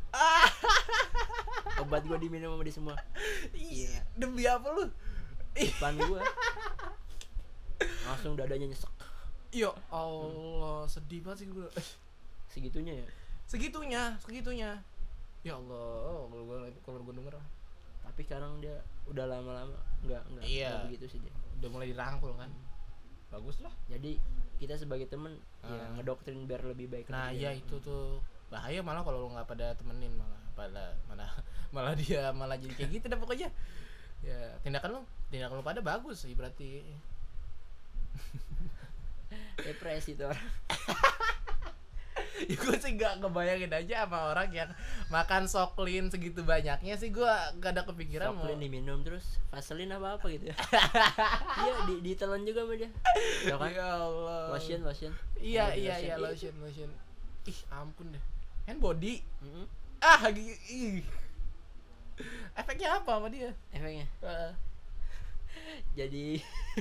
Obat gua diminum sama dia semua. Iya. Demi apa lu? Depan gua. Langsung dadanya nyesek. Ya Allah, sedih banget sih gue. Segitunya. Ya Allah, kalau gue denger. Tapi sekarang dia udah lama-lama enggak begitu sih dia. Udah mulai dirangkul kan. Bagus lah. Jadi kita sebagai temen ya ngedoktrin biar lebih baik. Nah, iya itu tuh bahaya malah kalau lu enggak pada temenin malah dia malah jadi kayak gitu dah pokoknya. Ya, tindakan lu pada bagus sih berarti. Depresi tuh orang. Ya gue sih gak ngebayangin aja sama orang yang makan soklin segitu banyaknya sih, gue gak ada kepikiran soklin diminum terus vaselin apa gitu ya. Iya ditelan juga sama dia. Tau kan? Ya Allah. Lotion. Iya lotion. Ih ampun deh. Hand body. Efeknya apa sama dia? Efeknya jadi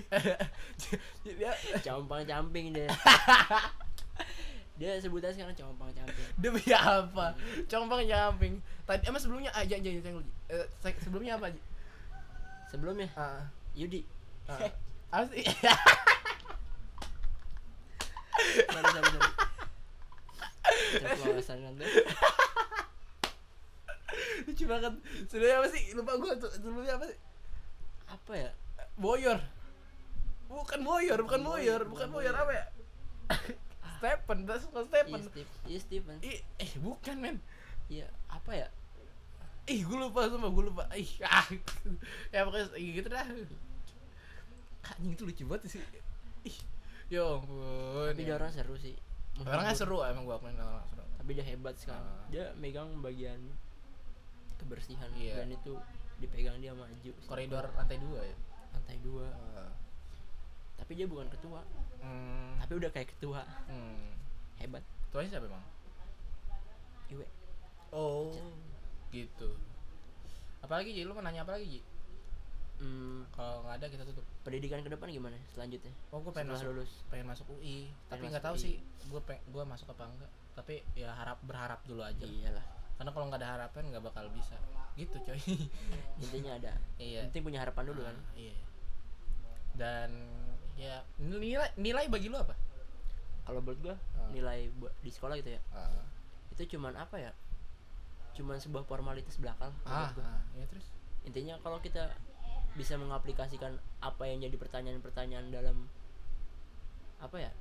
compang-camping deh. Dia sebutannya sekarang compang-camping. Demi apa? Compang-camping. Tadi emang sebelumnya sebelumnya apa, Ji? Sebelumnya? Yudi. Apa sih? Sorry. Kewawasan kan tuh. Lucu banget. Sebelumnya apa sih? Lupa gue tuh. Sebelumnya apa sih? Apa ya? Boyor. Bukan boyor apa ya? Stephen. Iya Stephen. Bukan men. Iya apa ya? Gue lupa. Ya pokoknya gitu dah. Anjing itu lucu banget sih. Ya ampun. Tapi dia orang seru sih. Orangnya seru emang gua akuin orang seru. Tapi dia hebat sekarang. Dia megang bagian kebersihan dan itu dipegang dia maju. Koridor lantai 2 ya. Lantai 2. Tapi dia bukan ketua. Tapi udah kayak ketua. Hebat. Ketuanya siapa emang? Iwe. Oh. Gitu. Apalagi Ji, lu mau nanya apa lagi Ji? Kalau nggak ada kita tutup. Pendidikan ke depan gimana selanjutnya? Gue pengen masuk UI, tapi nggak tahu sih gue masuk apa enggak. Tapi ya berharap dulu aja. Iyalah. Karena kalau nggak ada harapan nggak bakal bisa gitu coy. Intinya ada. Iya. Penting punya harapan dulu kan. Iya. Dan ya nilai bagi lu apa? Kalau menurut gua nilai di sekolah gitu ya. Itu cuman apa ya? Cuman sebuah formalitas belaka menurut gua. Ya terus. Intinya kalau kita bisa mengaplikasikan apa yang jadi pertanyaan-pertanyaan dalam apa ya?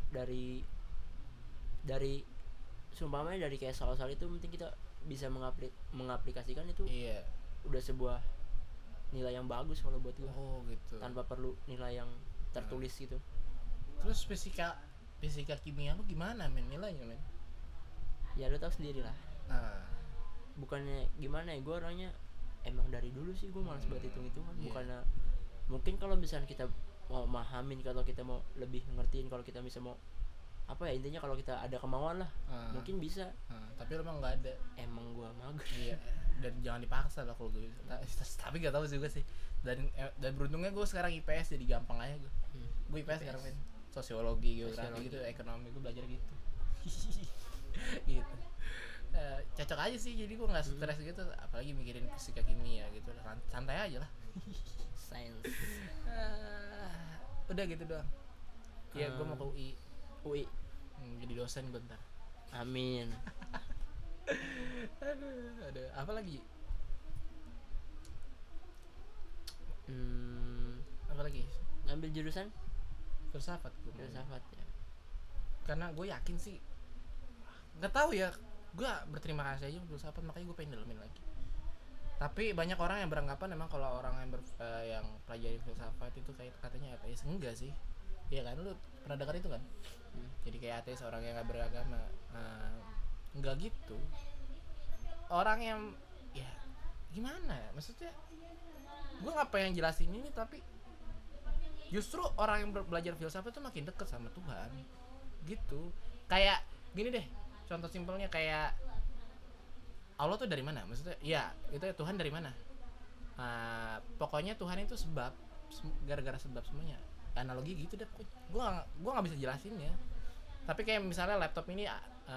Dari sumpamanya dari kayak soal-soal itu penting kita bisa mengaplikasikan itu. Iya. Udah sebuah nilai yang bagus kalau buat gua. Oh gitu. Tanpa perlu nilai yang tertulis gitu. Terus fisika kimia lu gimana men nilainya men? Ya lu tahu sendiri lah. Bukannya gimana ya, gue orangnya emang dari dulu sih gue malas buat hitung-hitungan. Bukannya mungkin kalau misalnya kita mau mahamin, kalau kita mau lebih ngertiin, kalau kita bisa mau apa ya, intinya kalau kita ada kemauan lah mungkin bisa. Tapi lu emang nggak ada. Emang gua mager. Iya, dan jangan dipaksa lah kalau gue. Tapi gak tahu juga sih. Dan beruntungnya gue sekarang IPS jadi gampang aja gue. Gue IPS sekarang kan sosiologi, geografi gitu, ekonomi gue belajar gitu. Gitu. Cocok aja sih, jadi gue nggak stres gitu, apalagi mikirin fisika kimia gitu, santai aja lah. Sains. Udah gitu doang. Ya gue mau ke UI. Jadi dosen gue ntar. Amin. Ada apa lagi? Apa lagi? Ngambil jurusan Filsafat gue. filsafat ya. Karena gue yakin sih, nggak tahu ya, gue berterima kasih aja untuk filsafat, makanya gue pengen dalamin lagi. Tapi banyak orang yang beranggapan memang kalau orang yang yang pelajari filsafat itu kayak katanya ateis. Enggak sih, iya kan, lu pernah dengar itu kan? Jadi kayak ateis orang yang nggak beragama. Enggak gitu. Orang yang ya gimana ya, maksudnya gue nggak pengen jelasin ini, tapi justru orang yang belajar filsafat itu makin deket sama Tuhan gitu. Kayak gini deh, contoh simpelnya kayak Allah tuh dari mana? Maksudnya ya itu ya, Tuhan dari mana? Pokoknya Tuhan itu sebab, gara-gara sebab semuanya. Analogi gitu deh pokoknya. Gue nggak bisa jelasin ya. Tapi kayak misalnya laptop ini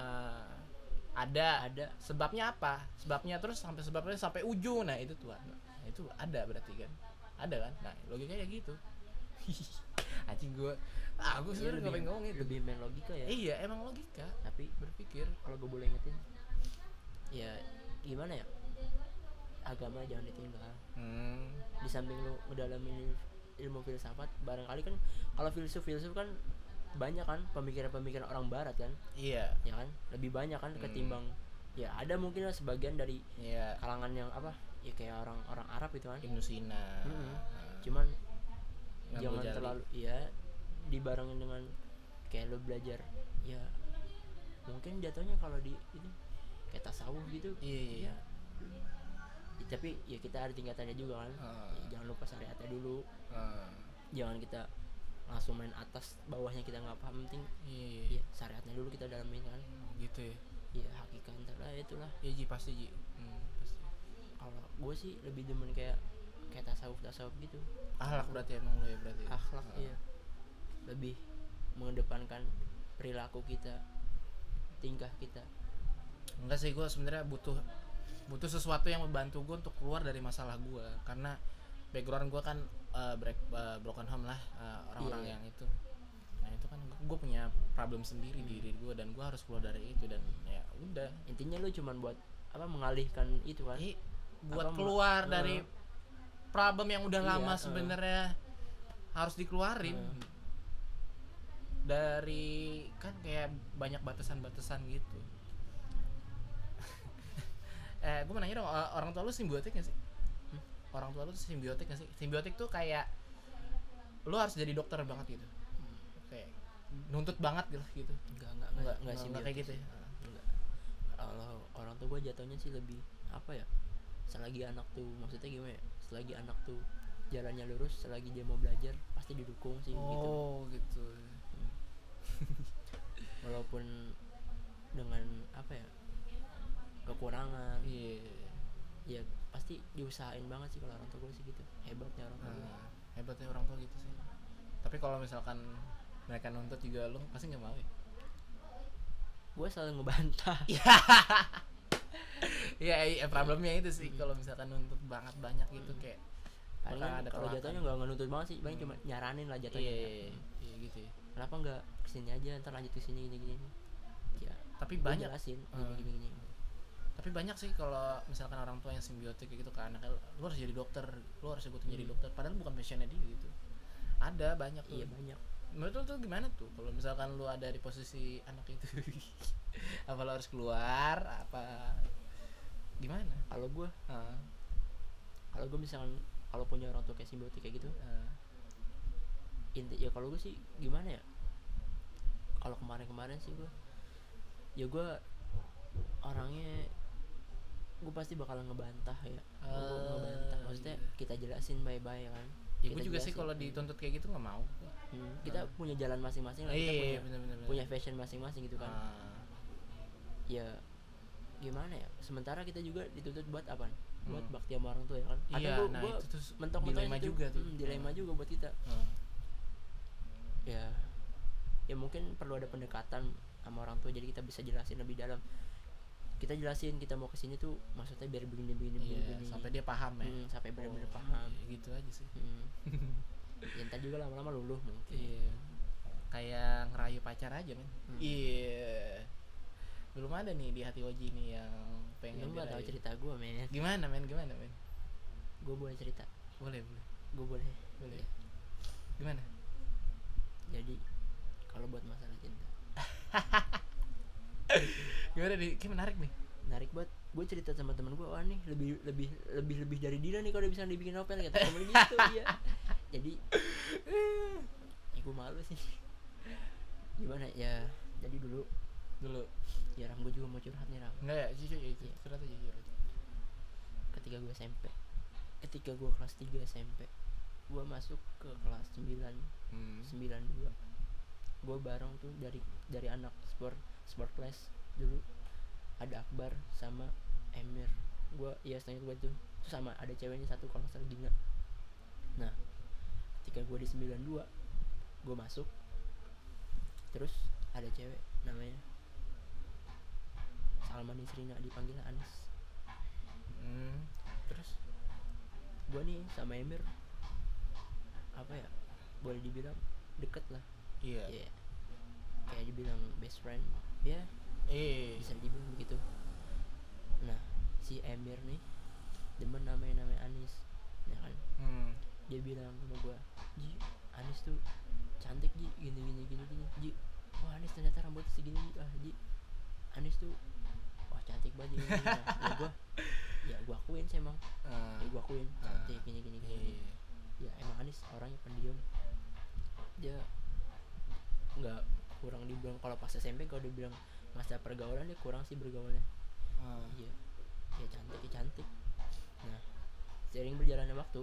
ada sebabnya apa? Sebabnya terus sebabnya sampai ujung. Nah itu Tuhan. Nah, itu ada berarti kan? Ada kan? Nah logikanya gitu. Anjing gue sebenarnya nggak pengen ngomong itu. Lebih main logika ya. Iya emang logika. Tapi berpikir. kalau gue boleh ingetin, ya gimana ya, agama jangan ditinggal. Di samping lu ngedalamin ilmu filsafat, barangkali kan kalau filsuf kan banyak kan pemikiran-pemikiran orang barat kan. Iya. Ya kan, lebih banyak kan ketimbang ya ada mungkin lah sebagian dari kalangan yang apa ya, kayak orang Arab itu kan, Ibnu Sina. Cuman Imam jangan Ghazali. terlalu ya dibarengin dengan kayak lo belajar ya, mungkin jatuhnya kalau di ini kayak tasawuf gitu. Iya. Ya, tapi ya kita ada tingkatannya juga kan. Ya, jangan lupa syariatnya dulu. Jangan kita langsung main atas bawahnya, kita nggak paham, penting ya syariatnya dulu kita dalamin kan. Gitu ya. Ya hakikatnya lah itulah. Iya Ji, pasti Ji. Pasti. Kalau gue sih lebih demen kayak tasawuf gitu. Akhlak berarti emang lo ya berarti. Akhlak iya. Lebih mengedepankan perilaku kita, tingkah kita. Enggak sih, gue sebenarnya butuh sesuatu yang membantu gue untuk keluar dari masalah gue, karena background gue kan broken home lah, orang-orang yang itu. Nah itu kan gue punya problem sendiri di diri gue, dan gue harus keluar dari itu. Dan ya udah, intinya lu cuman buat apa, mengalihkan itu kan. Buat keluar dari problem yang udah lama sebenarnya harus dikeluarin. Dari kan kayak banyak batasan-batasan gitu. Gue mau nanya dong, orang tua lu simbiotik gak sih? Orang tua lu tuh simbiotik gak sih? Simbiotik tuh kayak lu harus jadi dokter banget gitu. Kayak nuntut banget gitu. Enggak kayak gitu ya. Enggak. Kalau orang tua gue jatuhnya sih lebih apa ya? Selagi anak tuh, maksudnya gimana ya? Selagi anak tuh jalannya lurus, selagi dia mau belajar pasti didukung sih gitu. Oh gitu. Walaupun dengan apa ya, kekurangan. Ya pasti diusahain banget sih kalau orang tua gue sih gitu. Hebatnya orang tua. Hebatnya orang tua gitu sih. Tapi kalau misalkan mereka nuntut juga lo pasti nggak mau ya? Gue selalu ngebantah. Iya, problemnya itu sih kalau misalkan nuntut banget banyak gitu kayak. Paling kalau jatuhnya nggak nuntut banget sih, paling cuma nyaranin lah jatuhnya. Iya gitu ya. Kenapa nggak kesini aja, ntar lanjut kesini gini. Ya. Tapi banyak jelasin gini. Tapi banyak sih kalau misalkan orang tua yang simbiotik gitu ke anaknya, lu harus jadi dokter, lu harus ikutin jadi dokter, padahal bukan passionnya dia gitu. Ada banyak tuh. Iya banyak. Menurut lu tuh gimana tuh kalau misalkan lu ada di posisi anak itu? Apa lu harus keluar apa gimana? Kalau gue misalkan kalau punya orang tua kayak simbiotik kayak gitu, inti ya kalau gue sih gimana ya, kalau kemarin sih gue orangnya gue pasti bakalan ngebantah ya. Ngebantah, maksudnya kita jelasin baik-baik kan. Ya gue kita juga sih jelasin. kalau dituntut kayak gitu nggak mau. Kita punya jalan masing-masing lah, kita Iya, punya bener. punya fashion masing-masing gitu kan. Ya gimana ya, sementara kita juga dituntut buat apa, buat bakti sama orang tua ya kan. Iya, Kadang nah gua itu tuh mentok-mentok dilema itu, juga tuh. dilema juga buat kita. Ya mungkin perlu ada pendekatan sama orang tua, jadi kita bisa jelasin lebih dalam. Kita jelasin kita mau kesini tuh maksudnya biar begini Iya, sampai dia paham ya. sampai benar-benar paham. Gitu aja sih. Ya ntar juga lama-lama luluh mungkin. Iya. Kayak ngerayu pacar aja men. Iya. Belum ada nih di hati Oji nih yang pengen Lu nggak tahu dirayu. cerita gue men. Gimana men? Gue boleh cerita. Boleh. Gue boleh. Boleh. Ya. Gimana? Jadi kalau buat masalah cinta, Gimana nih? Kayak menarik nih. menarik banget. Gue cerita sama temen gue, wah nih lebih dari Dina nih kalau udah bisa dibikin novel kata temen gitu. Iya. Jadi ya gue malu sih. Gimana ya? Jadi dulu ya Ram, gue juga mau curhat nih Ram. Enggak ya, jujur ya, curhat aja. Ketika gue SMP, ketika gue kelas 3 SMP, gue masuk ke kelas 9 92. Gue bareng tuh dari anak sport class dulu, ada Akbar sama Emir. Gue ya setengah gue tuh sama ada ceweknya satu kalau nggak salah, Gina. Nah ketika gue di 92 gue masuk, terus ada cewek namanya Salman Isrina, dipanggil Anis. Terus Gue nih sama Emir apa ya, boleh dibilang deket lah. iya. Yeah. Kayak dibilang best friend ya, bisa dibilang begitu. Nah si Emir nih demen namanya Anis ya kan. Dia bilang sama gue, Ji Anis tuh cantik Ji, gini Ji. Wah Anis ternyata rambutnya segini Ji. Anis tuh wah cantik banget Ji. Ya gue akuin sih emang. Gue akuin cantik gini. Ya emang Anis orangnya pendiam. Dia nggak kurang dibilang kalau pas SMP, kalau dibilang masa pergaulan dia kurang sih bergaulnya. Iya. Ya cantik. Nah seiring berjalannya waktu,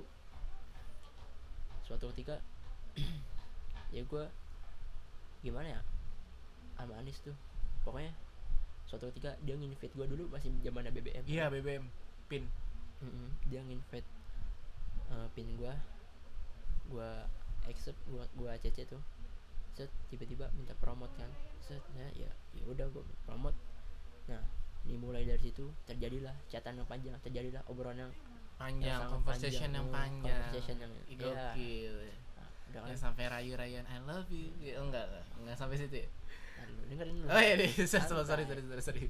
suatu ketika ya gue gimana ya sama Anis tuh, pokoknya suatu ketika dia nginvite gue dulu masih zamannya BBM. Iya, BBM pin. Dia nginvite pin gue accept, gue CC tuh. Set tiba-tiba minta promote kan. Set ya udah gue promote. Nah dimulai dari situ terjadilah chatan yang panjang, terjadilah obrolan yang Panjang, sangat conversation yang panjang. conversation yang gokil. Nah, udah kan. Yang sampai rayu-rayuan I love you. Ya, enggak sampai situ ya. Nah, dulu dengerin dulu. Oh iya deh, Santai. sorry.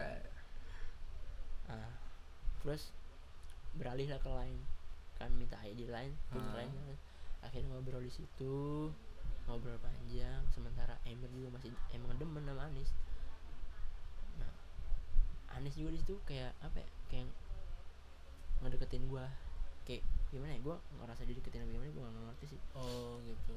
Nah, terus beralih lah ke lain kan, minta ID lain, punya lain kan. Akhirnya ngobrol di situ, ngobrol panjang. Sementara Emir juga masih emang demen sama Anis. Nah Anis juga di situ kayak apa ya, kayak ngedeketin gue, kayak gimana ya, gue ngerasa dideketin apa gimana gue nggak ngerti sih. Oh gitu.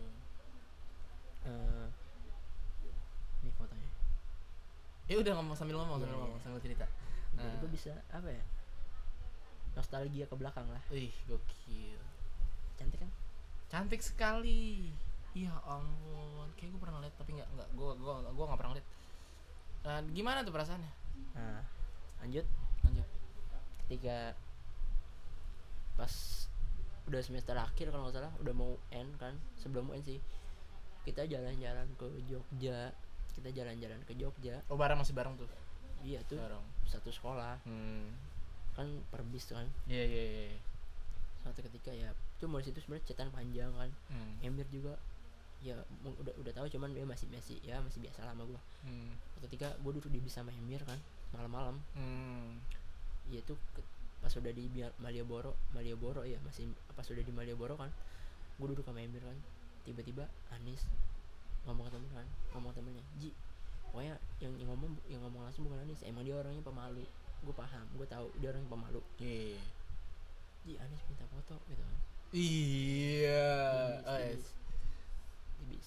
Ini fotonya. Udah sambil ngomong sambil cerita. Jadi gue bisa apa ya, nostalgia ke belakang lah. Wih, gokil. Cantik kan? Cantik sekali. Ya ampun, kayak gue pernah lihat tapi gue nggak pernah lihat. Gimana tuh perasaannya? Nah lanjut. Ketika pas udah semester akhir kalau nggak salah, udah mau end kan, sebelum mau end sih, kita jalan-jalan ke Jogja. Oh masih bareng tuh? Iya tuh, Bareng. satu sekolah kan, per bis kan. Iya. Suatu ketika ya cuma di situ sebenarnya chatan panjang kan. Emir juga ya udah tahu, cuman dia masih biasa lah sama gue. Ketika gue duduk di bis sama Emir kan malam-malam, ya itu pas udah di Malioboro ya, masih pas udah di Malioboro kan, gue duduk sama Emir kan. Tiba-tiba Anis ngomong ke temennya, Ji pokoknya yang ngomong langsung bukan Anis, emang dia orangnya pemalu. Gue paham, gue tahu dia orangnya pemalu. Ji Anis minta foto gitu kan. Iya. Di bis.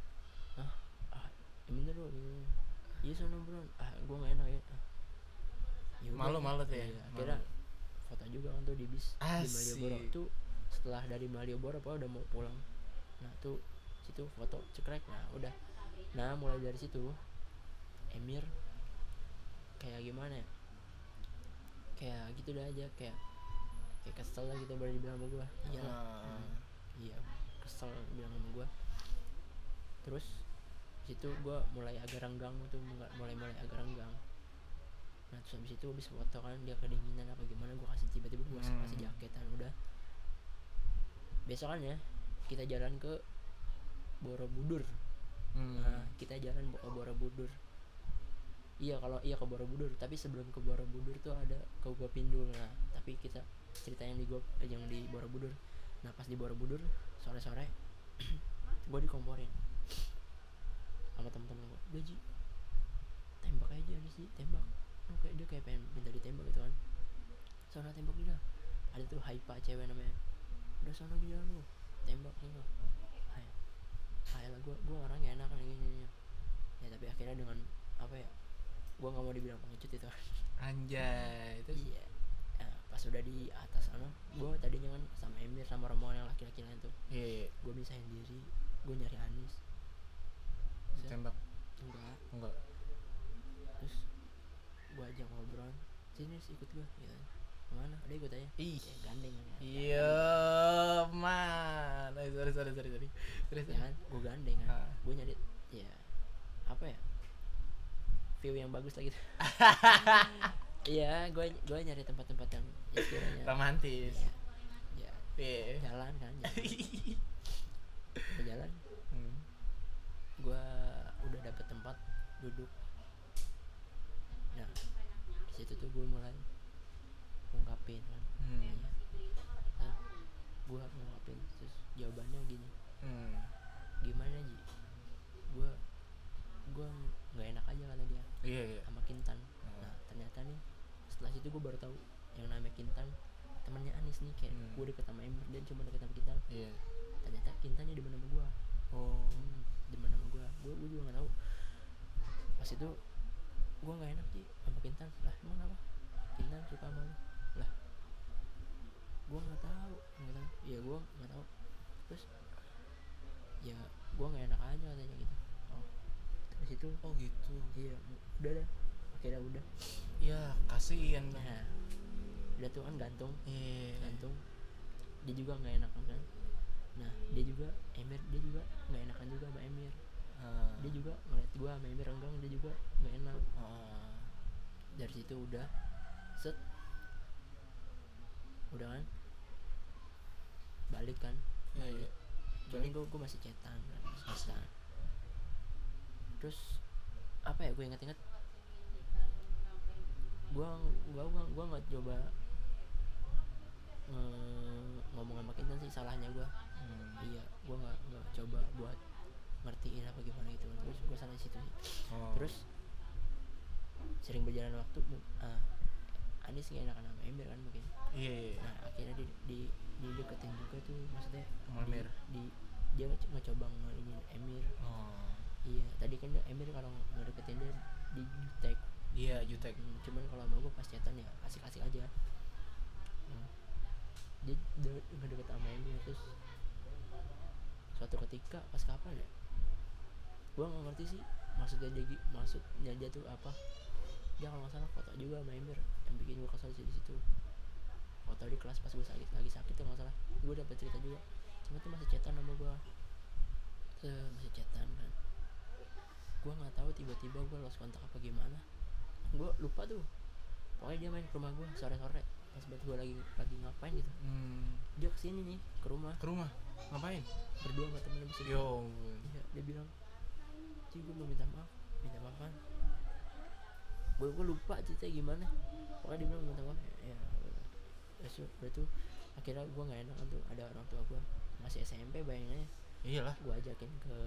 Bener loh gitu. Iya sono bro, gue gak enak ya. Malu tuh ya. Iya, akhirnya foto juga kan tuh di bis. Asik. Di Malioboro tuh setelah dari Malioboro apa udah mau pulang, nah tuh situ foto cekrek. Nah udah, nah mulai dari situ Emir kayak gimana ya, kayak gitu dah aja, kayak kesel lah gitu baru dibilang sama gue. Iya kesel bilang sama gue. Terus situ gue mulai agak renggang tuh, mulai agak renggang. Nah terus habis itu habis foto kan dia kedinginan apa gimana, gue kasih tiba-tiba gue kasih jaketan. Udah besokannya kita jalan ke Borobudur. Nah kita jalan ke Borobudur. Iya ke Borobudur, tapi sebelum ke Borobudur tuh ada ke Gua Pindul. Nah tapi kita cerita yang di Borobudur. Nah pas di Borobudur sore-sore gue dikomporin sama temen-temen gue, udah Ji tembak aja nih sih, tembak. Kayak dia kayak pengen minta ditembak gitu kan. Sana tembak dia, ada tuh Haipa cewek namanya. Udah sana gila lu, tembak lu. Hai lah, gue orangnya enak kan gini. Ya tapi akhirnya dengan apa ya, gue nggak mau dibilang pengecut itu. Anjay itu. Iya. Nah, pas udah di atas sana, gue tadinya kan sama Emir sama rombongan yang laki-laki lain tuh. Iya. Gue misahin diri, gue nyari Anis. Tembak? Enggak. Terus gue ajak ngobrol, sini ikut gue gitu. Kemana? Ada ikut aja. Ih. Ya, gandeng kan. Iya man. Sorry. Terus Ya kan, gue gandeng kan. Gue nyari ya apa ya, view yang bagus lah gitu. Iya, gue nyari tempat-tempat yang istilahnya romantis. Ya. Iya. Jalan kan. Jalan. Gue udah dapet tempat duduk. Nah di situ tuh gue mulai ngungkapin kan. Nah, gue ngungkapin terus jawabannya gini. Gimana Ji, gue nggak enak aja kata dia. Iya. Sama Kintan. Nah ternyata nih setelah situ gue baru tahu yang namanya Kintan temennya Anis nih. Kayak gue deket sama Emir dan cuma deket sama Kintan. Iya. Ternyata Kintannya di mana sama gue. Di mana sama gue juga nggak tahu. Pas itu gue nggak enak sih sama Kintan. Lah emang apa, Kintan suka sama lu? Lah gue nggak tahu. Ya gue nggak tahu. Terus ya gue nggak enak aja katanya gitu. Dari situ gitu. iya udah dah, akhirnya udah. Ya kasihan. Nah udah tuh kan gantung. Iya. Gantung dia juga nggak enakan kan. Nah dia juga Emir, dia juga nggak enakan juga sama Emir. Dia juga ngeliat gue sama Emir renggang, dia juga nggak enak. Dari situ udah set, udah kan balik kan. Iya. Jadi gue masih chatan kan, masih chatan. Terus apa ya, gue inget-inget gue nggak coba ngomong sama Kintan sih, salahnya gue. Iya gue nggak coba buat ngertiin apa gimana gitu. Terus gue salah di situ sih. Terus sering berjalan waktu, Anis nggak enakan sama Emir kan mungkin. Iya. Nah akhirnya di deketin juga tuh, maksudnya Emir. Dia ngecoba ini Emir. Iya tadi kan Emir kalau ngedeketin dia di jutek. Iya jutek. Cuman kalau sama gue pas chatan ya asik-asik aja. Dia ngedeket sama Emir. Terus suatu ketika pas kapan ya, gue nggak ngerti sih maksudnya dia tuh apa. Dia kalau nggak salah foto juga sama Emir, yang bikin gue kesel di situ. Foto di kelas pas gue lagi sakit kalau nggak salah. Gue dapet cerita juga, cuma tuh masih chatan sama gue. Masih chatan kan. Gue nggak tahu tiba-tiba gue lost kontak apa gimana, gue lupa tuh. Pokoknya dia main ke rumah gue sore-sore pas buat gue lagi ngapain gitu. Dia kesini nih ke rumah Ngapain? berdua sama temennya bisa. Yo. Iya dia bilang, Ci gue mau minta maafan. Gue lupa ceritanya gimana. Pokoknya dia bilang minta maaf. Ya udah tuh akhirnya gue nggak enak tuh. Ada orang tua gue masih SMP bayangannya. Iyalah. Gue ajakin ke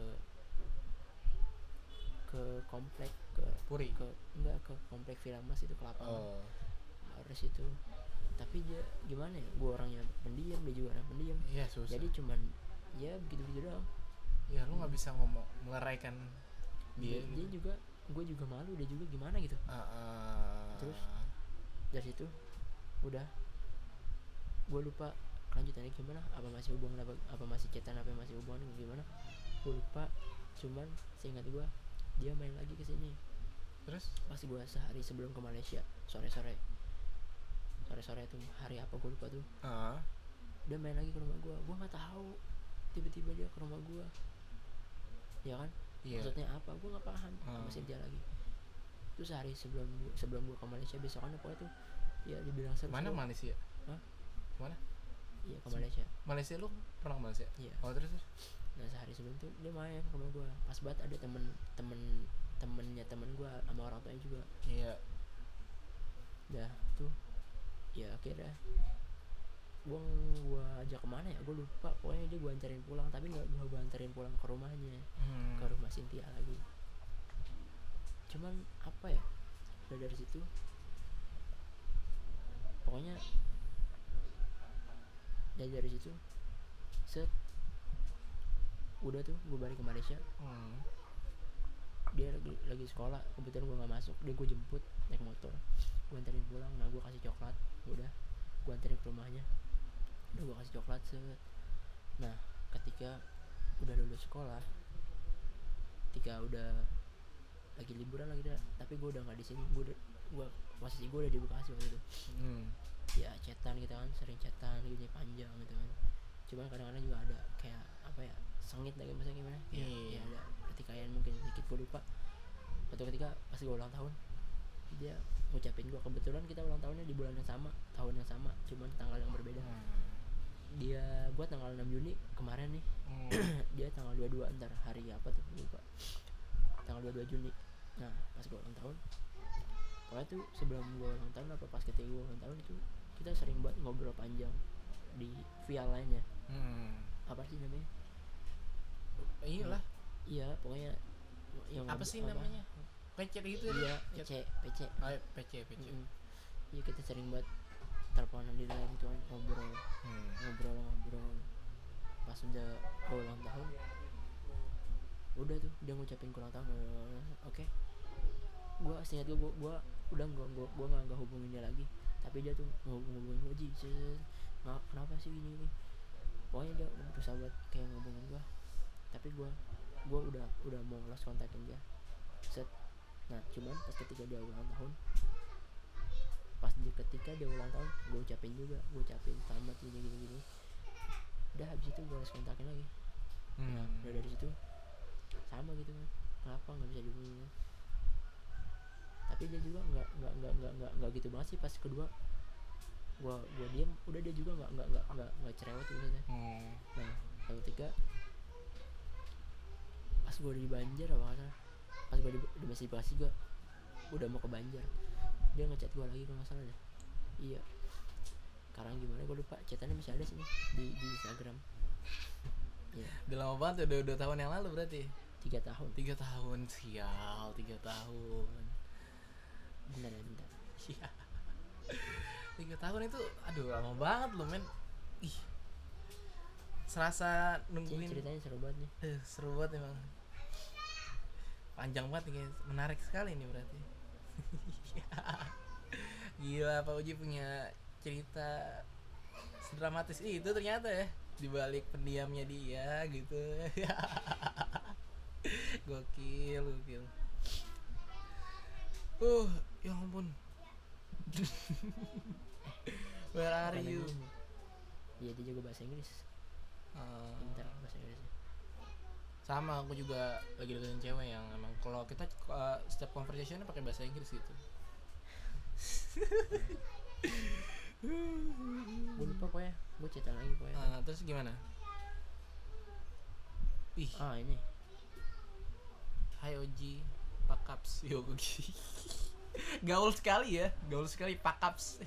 komplek, ke Puri. Ke komplek Villa Mas itu, ke lapangan. Harus itu. Tapi dia gimana ya, gue orangnya pendiam, dia juga orang pendiam. Iya susah. Jadi cuman ya begitu doang. Ya lu nggak bisa meleraikan dia. Dia juga, gue juga malu, dia juga gimana gitu. Terus dari situ udah, gue lupa kelanjutannya gimana, apa masih hubungan, apa masih chatan, apa masih hubungan gimana gue lupa. Cuman seingat gue dia main lagi ke sini Terus pas gue sehari sebelum ke Malaysia, sore sore tuh hari apa gue lupa tuh. Dia main lagi ke rumah gue nggak tahu, tiba-tiba dia ke rumah gue, ya kan. Maksudnya apa gue nggak paham. Sama Cynthia lagi. Terus sehari sebelum gue ke Malaysia, besokannya pokoknya tuh ya dibilang seru. mana Malaysia? Hah? Mana? Iya ke Malaysia. Malaysia lu pernah ke Malaysia? Iya. Oh terus? Nah sehari sebelum tuh dia main ke rumah gue, pas banget ada temennya temen gue sama orang tuanya juga. Iya. Dah tuh ya akhirnya gue ajak kemana ya gue lupa, pokoknya dia gue anterin pulang, tapi nggak gue anterin pulang ke rumahnya, ke rumah Cynthia lagi. Cuman apa ya, udah dari situ pokoknya dari situ set udah tuh gue balik ke Malaysia. Dia lagi sekolah, kebetulan gue nggak masuk, dia gue jemput naik motor, gue anterin pulang. Nah gue kasih coklat, udah gue anterin ke rumahnya, udah gue kasih coklat set. Nah ketika udah lulus sekolah, ketika udah lagi liburan lagi dah, tapi gue udah nggak di sini, gue posisi gue udah di Bekasi waktu itu. Ya chatan gitu kan, sering chatan gitu panjang gitu kan. Cuman kadang-kadang juga ada kayak apa ya, sengit lagi misalnya gimana ya, ya ada pertikaian mungkin sedikit, gue lupa. Suatu ketika pas gue ulang tahun, dia ngucapin gue, kebetulan kita ulang tahunnya di bulan yang sama, tahun yang sama, cuman tanggal yang berbeda. Dia gue tanggal 6 Juni kemarin nih. Dia tanggal 22, ntar hari apa tuh lupa, tanggal 22 Juni. Nah pas gue ulang tahun, pokoknya tuh sebelum gue ulang tahun apa pas ketika gue ulang tahun itu, kita sering banget ngobrol panjang di via lainnya. Apa sih namanya? Iyalah. Iya pokoknya yang Apa sih namanya? PC gitu ya. Iya PC. Oh, PC. Iya kita sering banget teleponan di dalam gitu kan, ngobrol. Pas udah ulang tahun, udah tuh dia ngucapin ulang tahun. Oke. Gue seingat gue udah nggak hubungin dia lagi, tapi dia tuh ngubungin gue, Ji kenapa sih gini. Pokoknya dia berusaha buat kayak ngubungin gue, tapi gue udah mau lost kontakin dia set. Nah cuman pas ketika dia ulang tahun, ketika dia ulang tahun gue ucapin selamat gini. Udah habis itu gue lost kontakin lagi. Nah udah dari situ sama gitu kan, kenapa nggak bisa dihubungin. Tapi dia juga nggak gitu banget sih. Pas kedua gua diam, udah dia juga nggak cerewet gitu kan. Nah ketika pas gua di Banjar apa kan, pas gua di masih di Bekasi, gua udah mau ke Banjar, dia ngechat gua lagi kalau nggak salah deh. Iya sekarang gimana gua lupa, chatannya masih ada sih di Instagram. Iya Udah lama banget, udah 2 tahun yang lalu berarti. 3 tahun. 3 tahun, sial, 3 tahun. Bentar. Iya. 3 tahun itu, aduh lama banget loh men. Ih, serasa nungguin. Ceritanya seru banget nih. Seru banget emang. Panjang banget nih guys, menarik sekali nih berarti. Gila, Pak Uji punya cerita sedramatis itu ternyata ya, dibalik pendiamnya dia gitu. Gokil. Ya ampun. Where are you? Iya dia juga bahasa Inggris. Pintar bahasa Inggris. Sama aku juga lagi deketin cewek yang emang kalau kita setiap conversation pakai bahasa Inggris gitu. Gue lupa pokoknya, gue cerita lagi pokoknya. Terus gimana? Ih. Ini. Hai Oji, Pakaps. Yo gaul sekali ya, Pakaps.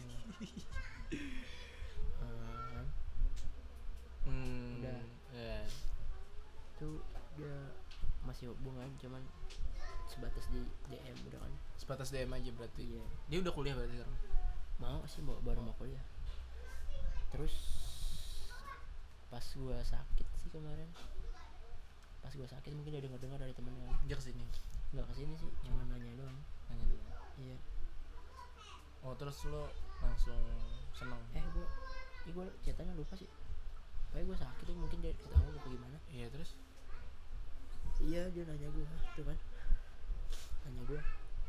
Udah. Yeah. Itu dia masih hubungan, cuman sebatas di DM udah kan. Sebatas DM aja berarti. Iya. Dia udah kuliah berarti sekarang. Mau sih baru mau kuliah. Terus pas gua sakit sih kemarin. Pas gua sakit mungkin dia dengar dari temennya. Dia kesini. Enggak kesini sih, cuma nanya doang. Nanya dulu. Iya. Oh terus lo langsung seneng. Gua gue ceritanya lupa sih. Kayak gue sakit tuh mungkin dia ketahuan apa gimana. Iya terus Iya dia nanya gue tuh kan, nanya gue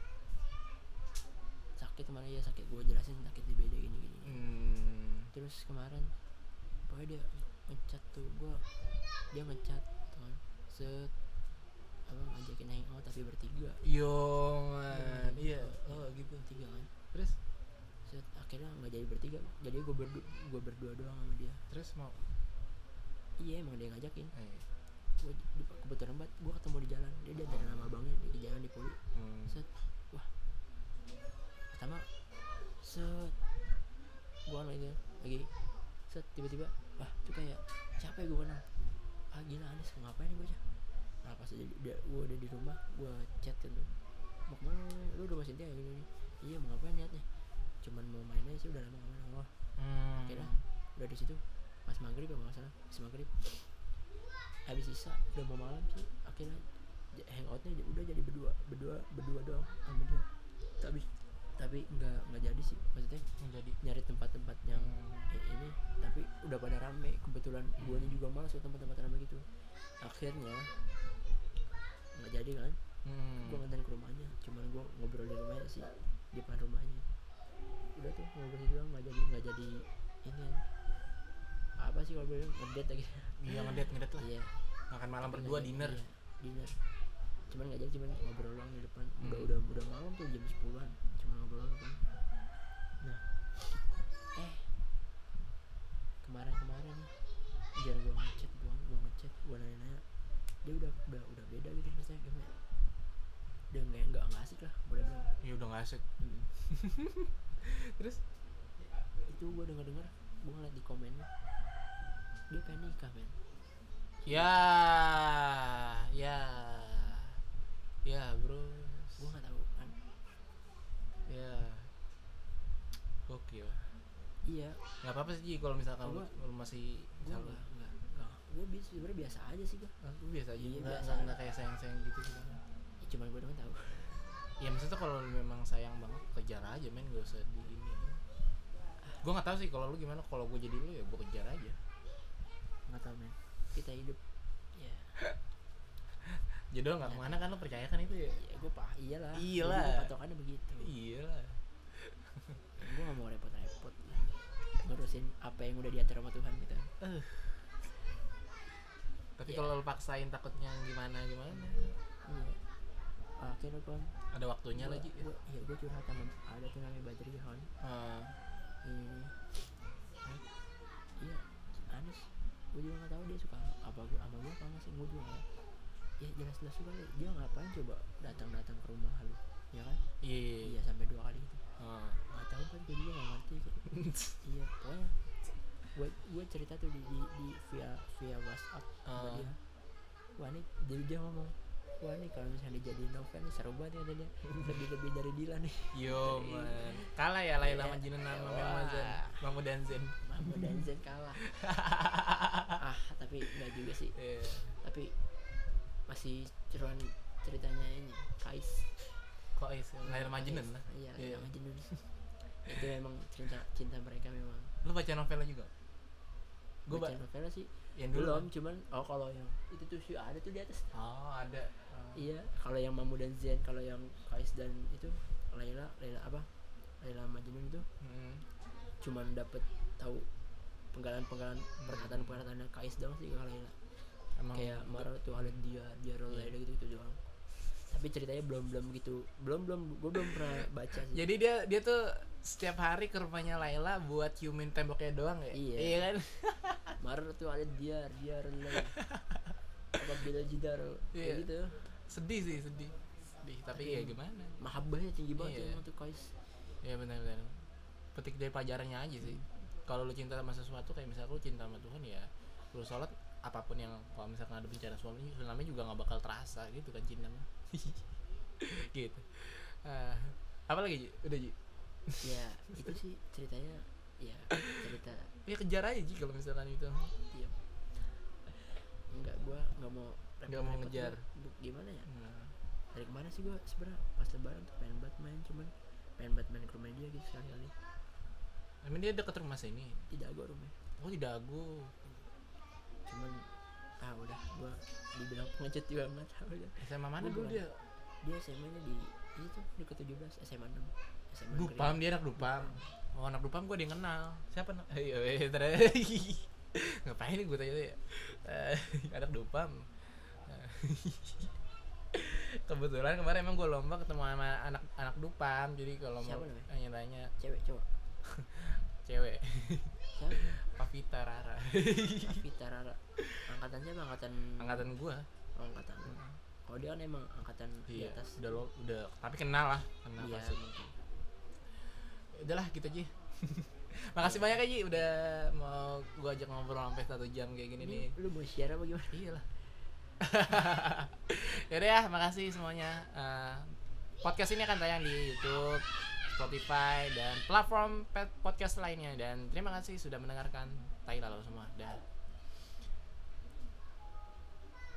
sakit kemana ya, sakit gue jelasin sakit di beda gini gini. Terus kemarin pokoknya dia ngechat tuh gue, dia ngechat tuh kan, set apa ngajakin hangout tapi bertiga. yo man iya gitu Bertiga kan. terus Set akhirnya nggak jadi bertiga, jadi gue berdua doang sama dia. terus mau Iya emang dia ngajakin. Gue kebetulan banget gue ketemu di jalan, dia dari nama abangnya di jalan di Poli. Set wah pertama set gue lagi set tiba-tiba wah itu kayak siapa ya gue kenal, gila Anis ngapain nih bocah. Nah pas gue udah di rumah gue chat kan tuh, mau kemana lu udah masih dia gini. Iya mau ngapain niatnya, cuman mau main aja sih udah lama gak main. Akhirnya udah di situ pas maghrib ya nggak salah, pas maghrib habis isa udah mau malam sih, akhirnya hangoutnya udah jadi berdua doang sama dia. Tapi nggak jadi sih, maksudnya jadi nyari tempat-tempat yang ini tapi udah pada rame. Kebetulan guanya juga malas ke tempat-tempat rame gitu. Akhirnya nggak jadi kan. Gue nganterin ke rumahnya, cuman gue ngobrol di rumahnya sih, di depan rumahnya. Udah tuh ngobrol itu doang, nggak jadi ini apa sih kalau bilang ngedate lagi. iya ngedet lah Iya makan malam tapi berdua nggak jadi, dinner iya, dinner cuman nggak jadi, cuman ngobrol doang di depan. Udah malam tuh jam 10-an, cuma ngobrol doang kan. Nah kemarin biar gue ngechat gue nanya dia udah beda gitu maksudnya gimana, udah nggak asik lah boleh bilang. iya udah nggak asik terus Itu gue dengar gue ngeliat di komennya dia pengen nikah men. ya bro Gue nggak tahu kan. ya gokil Iya nggak apa-apa sih Ji, kalau misalkan Gua- lu masih gue nggak gue sebenarnya biasa aja sih gue. lu biasa aja Iya, nggak biasa. nggak kayak sayang gitu sih kan. Ya, cuman gue doang tahu. Ya maksudnya kalau lu memang sayang banget kejar aja men, gak usah di ini. Gue nggak tahu sih kalau lu gimana, kalau gue jadi lu ya gue kejar aja. Nggak tahu men, kita hidup ya. Jodoh nggak kemana kan, lu percaya kan itu ya? Ya gue iyalah. Iyalah. Jadi patokannya begitu. Iyalah. Gue nggak mau repot-repot ngurusin apa yang udah diatur sama Tuhan gitu. Tapi Iya. kalau lu paksain takutnya gimana? Iya. Akhirnya kan. Ada waktunya lagi. Iya gue curhat sama ada tuh namanya Badri kan. Ini. Iya. Anis. Gue juga nggak tahu dia suka apa gue sama gue apa nggak sih, gue juga nggak. Ya jelas-jelas juga dia ngapain coba datang ke rumah lu, ya kan? Iya. Iya sampai 2 kali gitu. Nggak tahu kan, gue juga nggak ngerti. Iya pokoknya gue cerita tuh di via WhatsApp sama dia. Wah nih jadi dia ngomong, wah nih kalau misalnya dijadiin novel nih seru banget ya dia. Lebih dari Dila nih. Yo man, kalah ya Laila Iya. Majnun sama Wah. Memazan, Mahmud dan Zen. Mahmud dan Zen kalah. Tapi nggak juga sih. Iya. Tapi masih seruan ceritanya ini Kais. Kok Laila Majnun lah. Iya Iya. Laila Majnun. Itu memang cinta mereka memang. Lu baca novelnya juga? Gue Baca novelnya sih yang dulu belum, kan? cuman kalau yang itu tuh sih ada tuh di atas. Oh ada. Iya, kalau yang Mahmud dan Zen, kalau yang Kais dan itu Laila apa? Laila Majnun itu cuman dapet tahu penggalan perkataan Kais doang sih kalau Laila. Emang Kayak marah tuh ada dia role Laila gitu doang. Tapi ceritanya belum gitu. Gue belum pernah baca sih. Jadi dia tuh setiap hari ke rumahnya Laila buat ciumin temboknya doang ya? Iya. kan? Marah tuh ada dia role apabila jidar Iya. kayak gitu. Sedih sih, sedih. Tapi ya gimana? Mahabbahnya tinggi banget Iya. ya emang tuh Kais. Ya benar. Petik dari pelajarannya aja sih. Kalau lu cinta sama sesuatu, kayak misalnya lu cinta sama Tuhan ya, lu sholat apapun yang, kalau misalkan ada bencana tsunami juga nggak bakal terasa gitu kan cinta mah. Gitu. Apa lagi Ji? Udah Ji? Ya itu sih ceritanya ya cerita. Ya kejar aja Ji kalau misalkan itu. Iya. Enggak, gua nggak mau repot-repot ngejar. Gimana ya? Nah, Dari kemana sih gua sebenarnya pas lebaran tuh pengen banget main, cuman pengen banget main ke rumah dia gitu sekali-kali. Emang dia deket rumah sini. di Dago rumahnya. Oh di Dago. Cuman udah gua dibilang pengecut juga nggak tahu ya. SMA mana Gua dulu bilang, dia? dia SMA-nya di itu di ke-17 SMA 6. SMA Dupam, Negeri. dia anak Dupam. Oh anak Dupam gue dia yang kenal. Siapa nak? Ngapain nih gue tanya dia? Anak Dupam. Kebetulan kemarin emang gue lomba ketemu sama anak Dupam. Jadi kalau mau Siapa namanya? nanya Cewek cowok. cewek. Siapa? Pavita Rara. Vita Rara. Angkatan siapa? Angkatan gue. Angkatan. Kalau dia kan emang angkatan di Iya. atas. Udah tapi kenal lah. Kenal Iya. pasti. Mungkin. Udahlah gitu Ji. Makasih banyak ya Ji udah mau gue ajak ngobrol sampai 1 jam kayak gini nih. Ini lu mau share apa gimana? Iyalah. Yaudah ya, makasih semuanya. Podcast ini akan tayang di YouTube, Spotify, dan platform podcast lainnya. Dan terima kasih sudah mendengarkan. Tai lalu semua. Dah.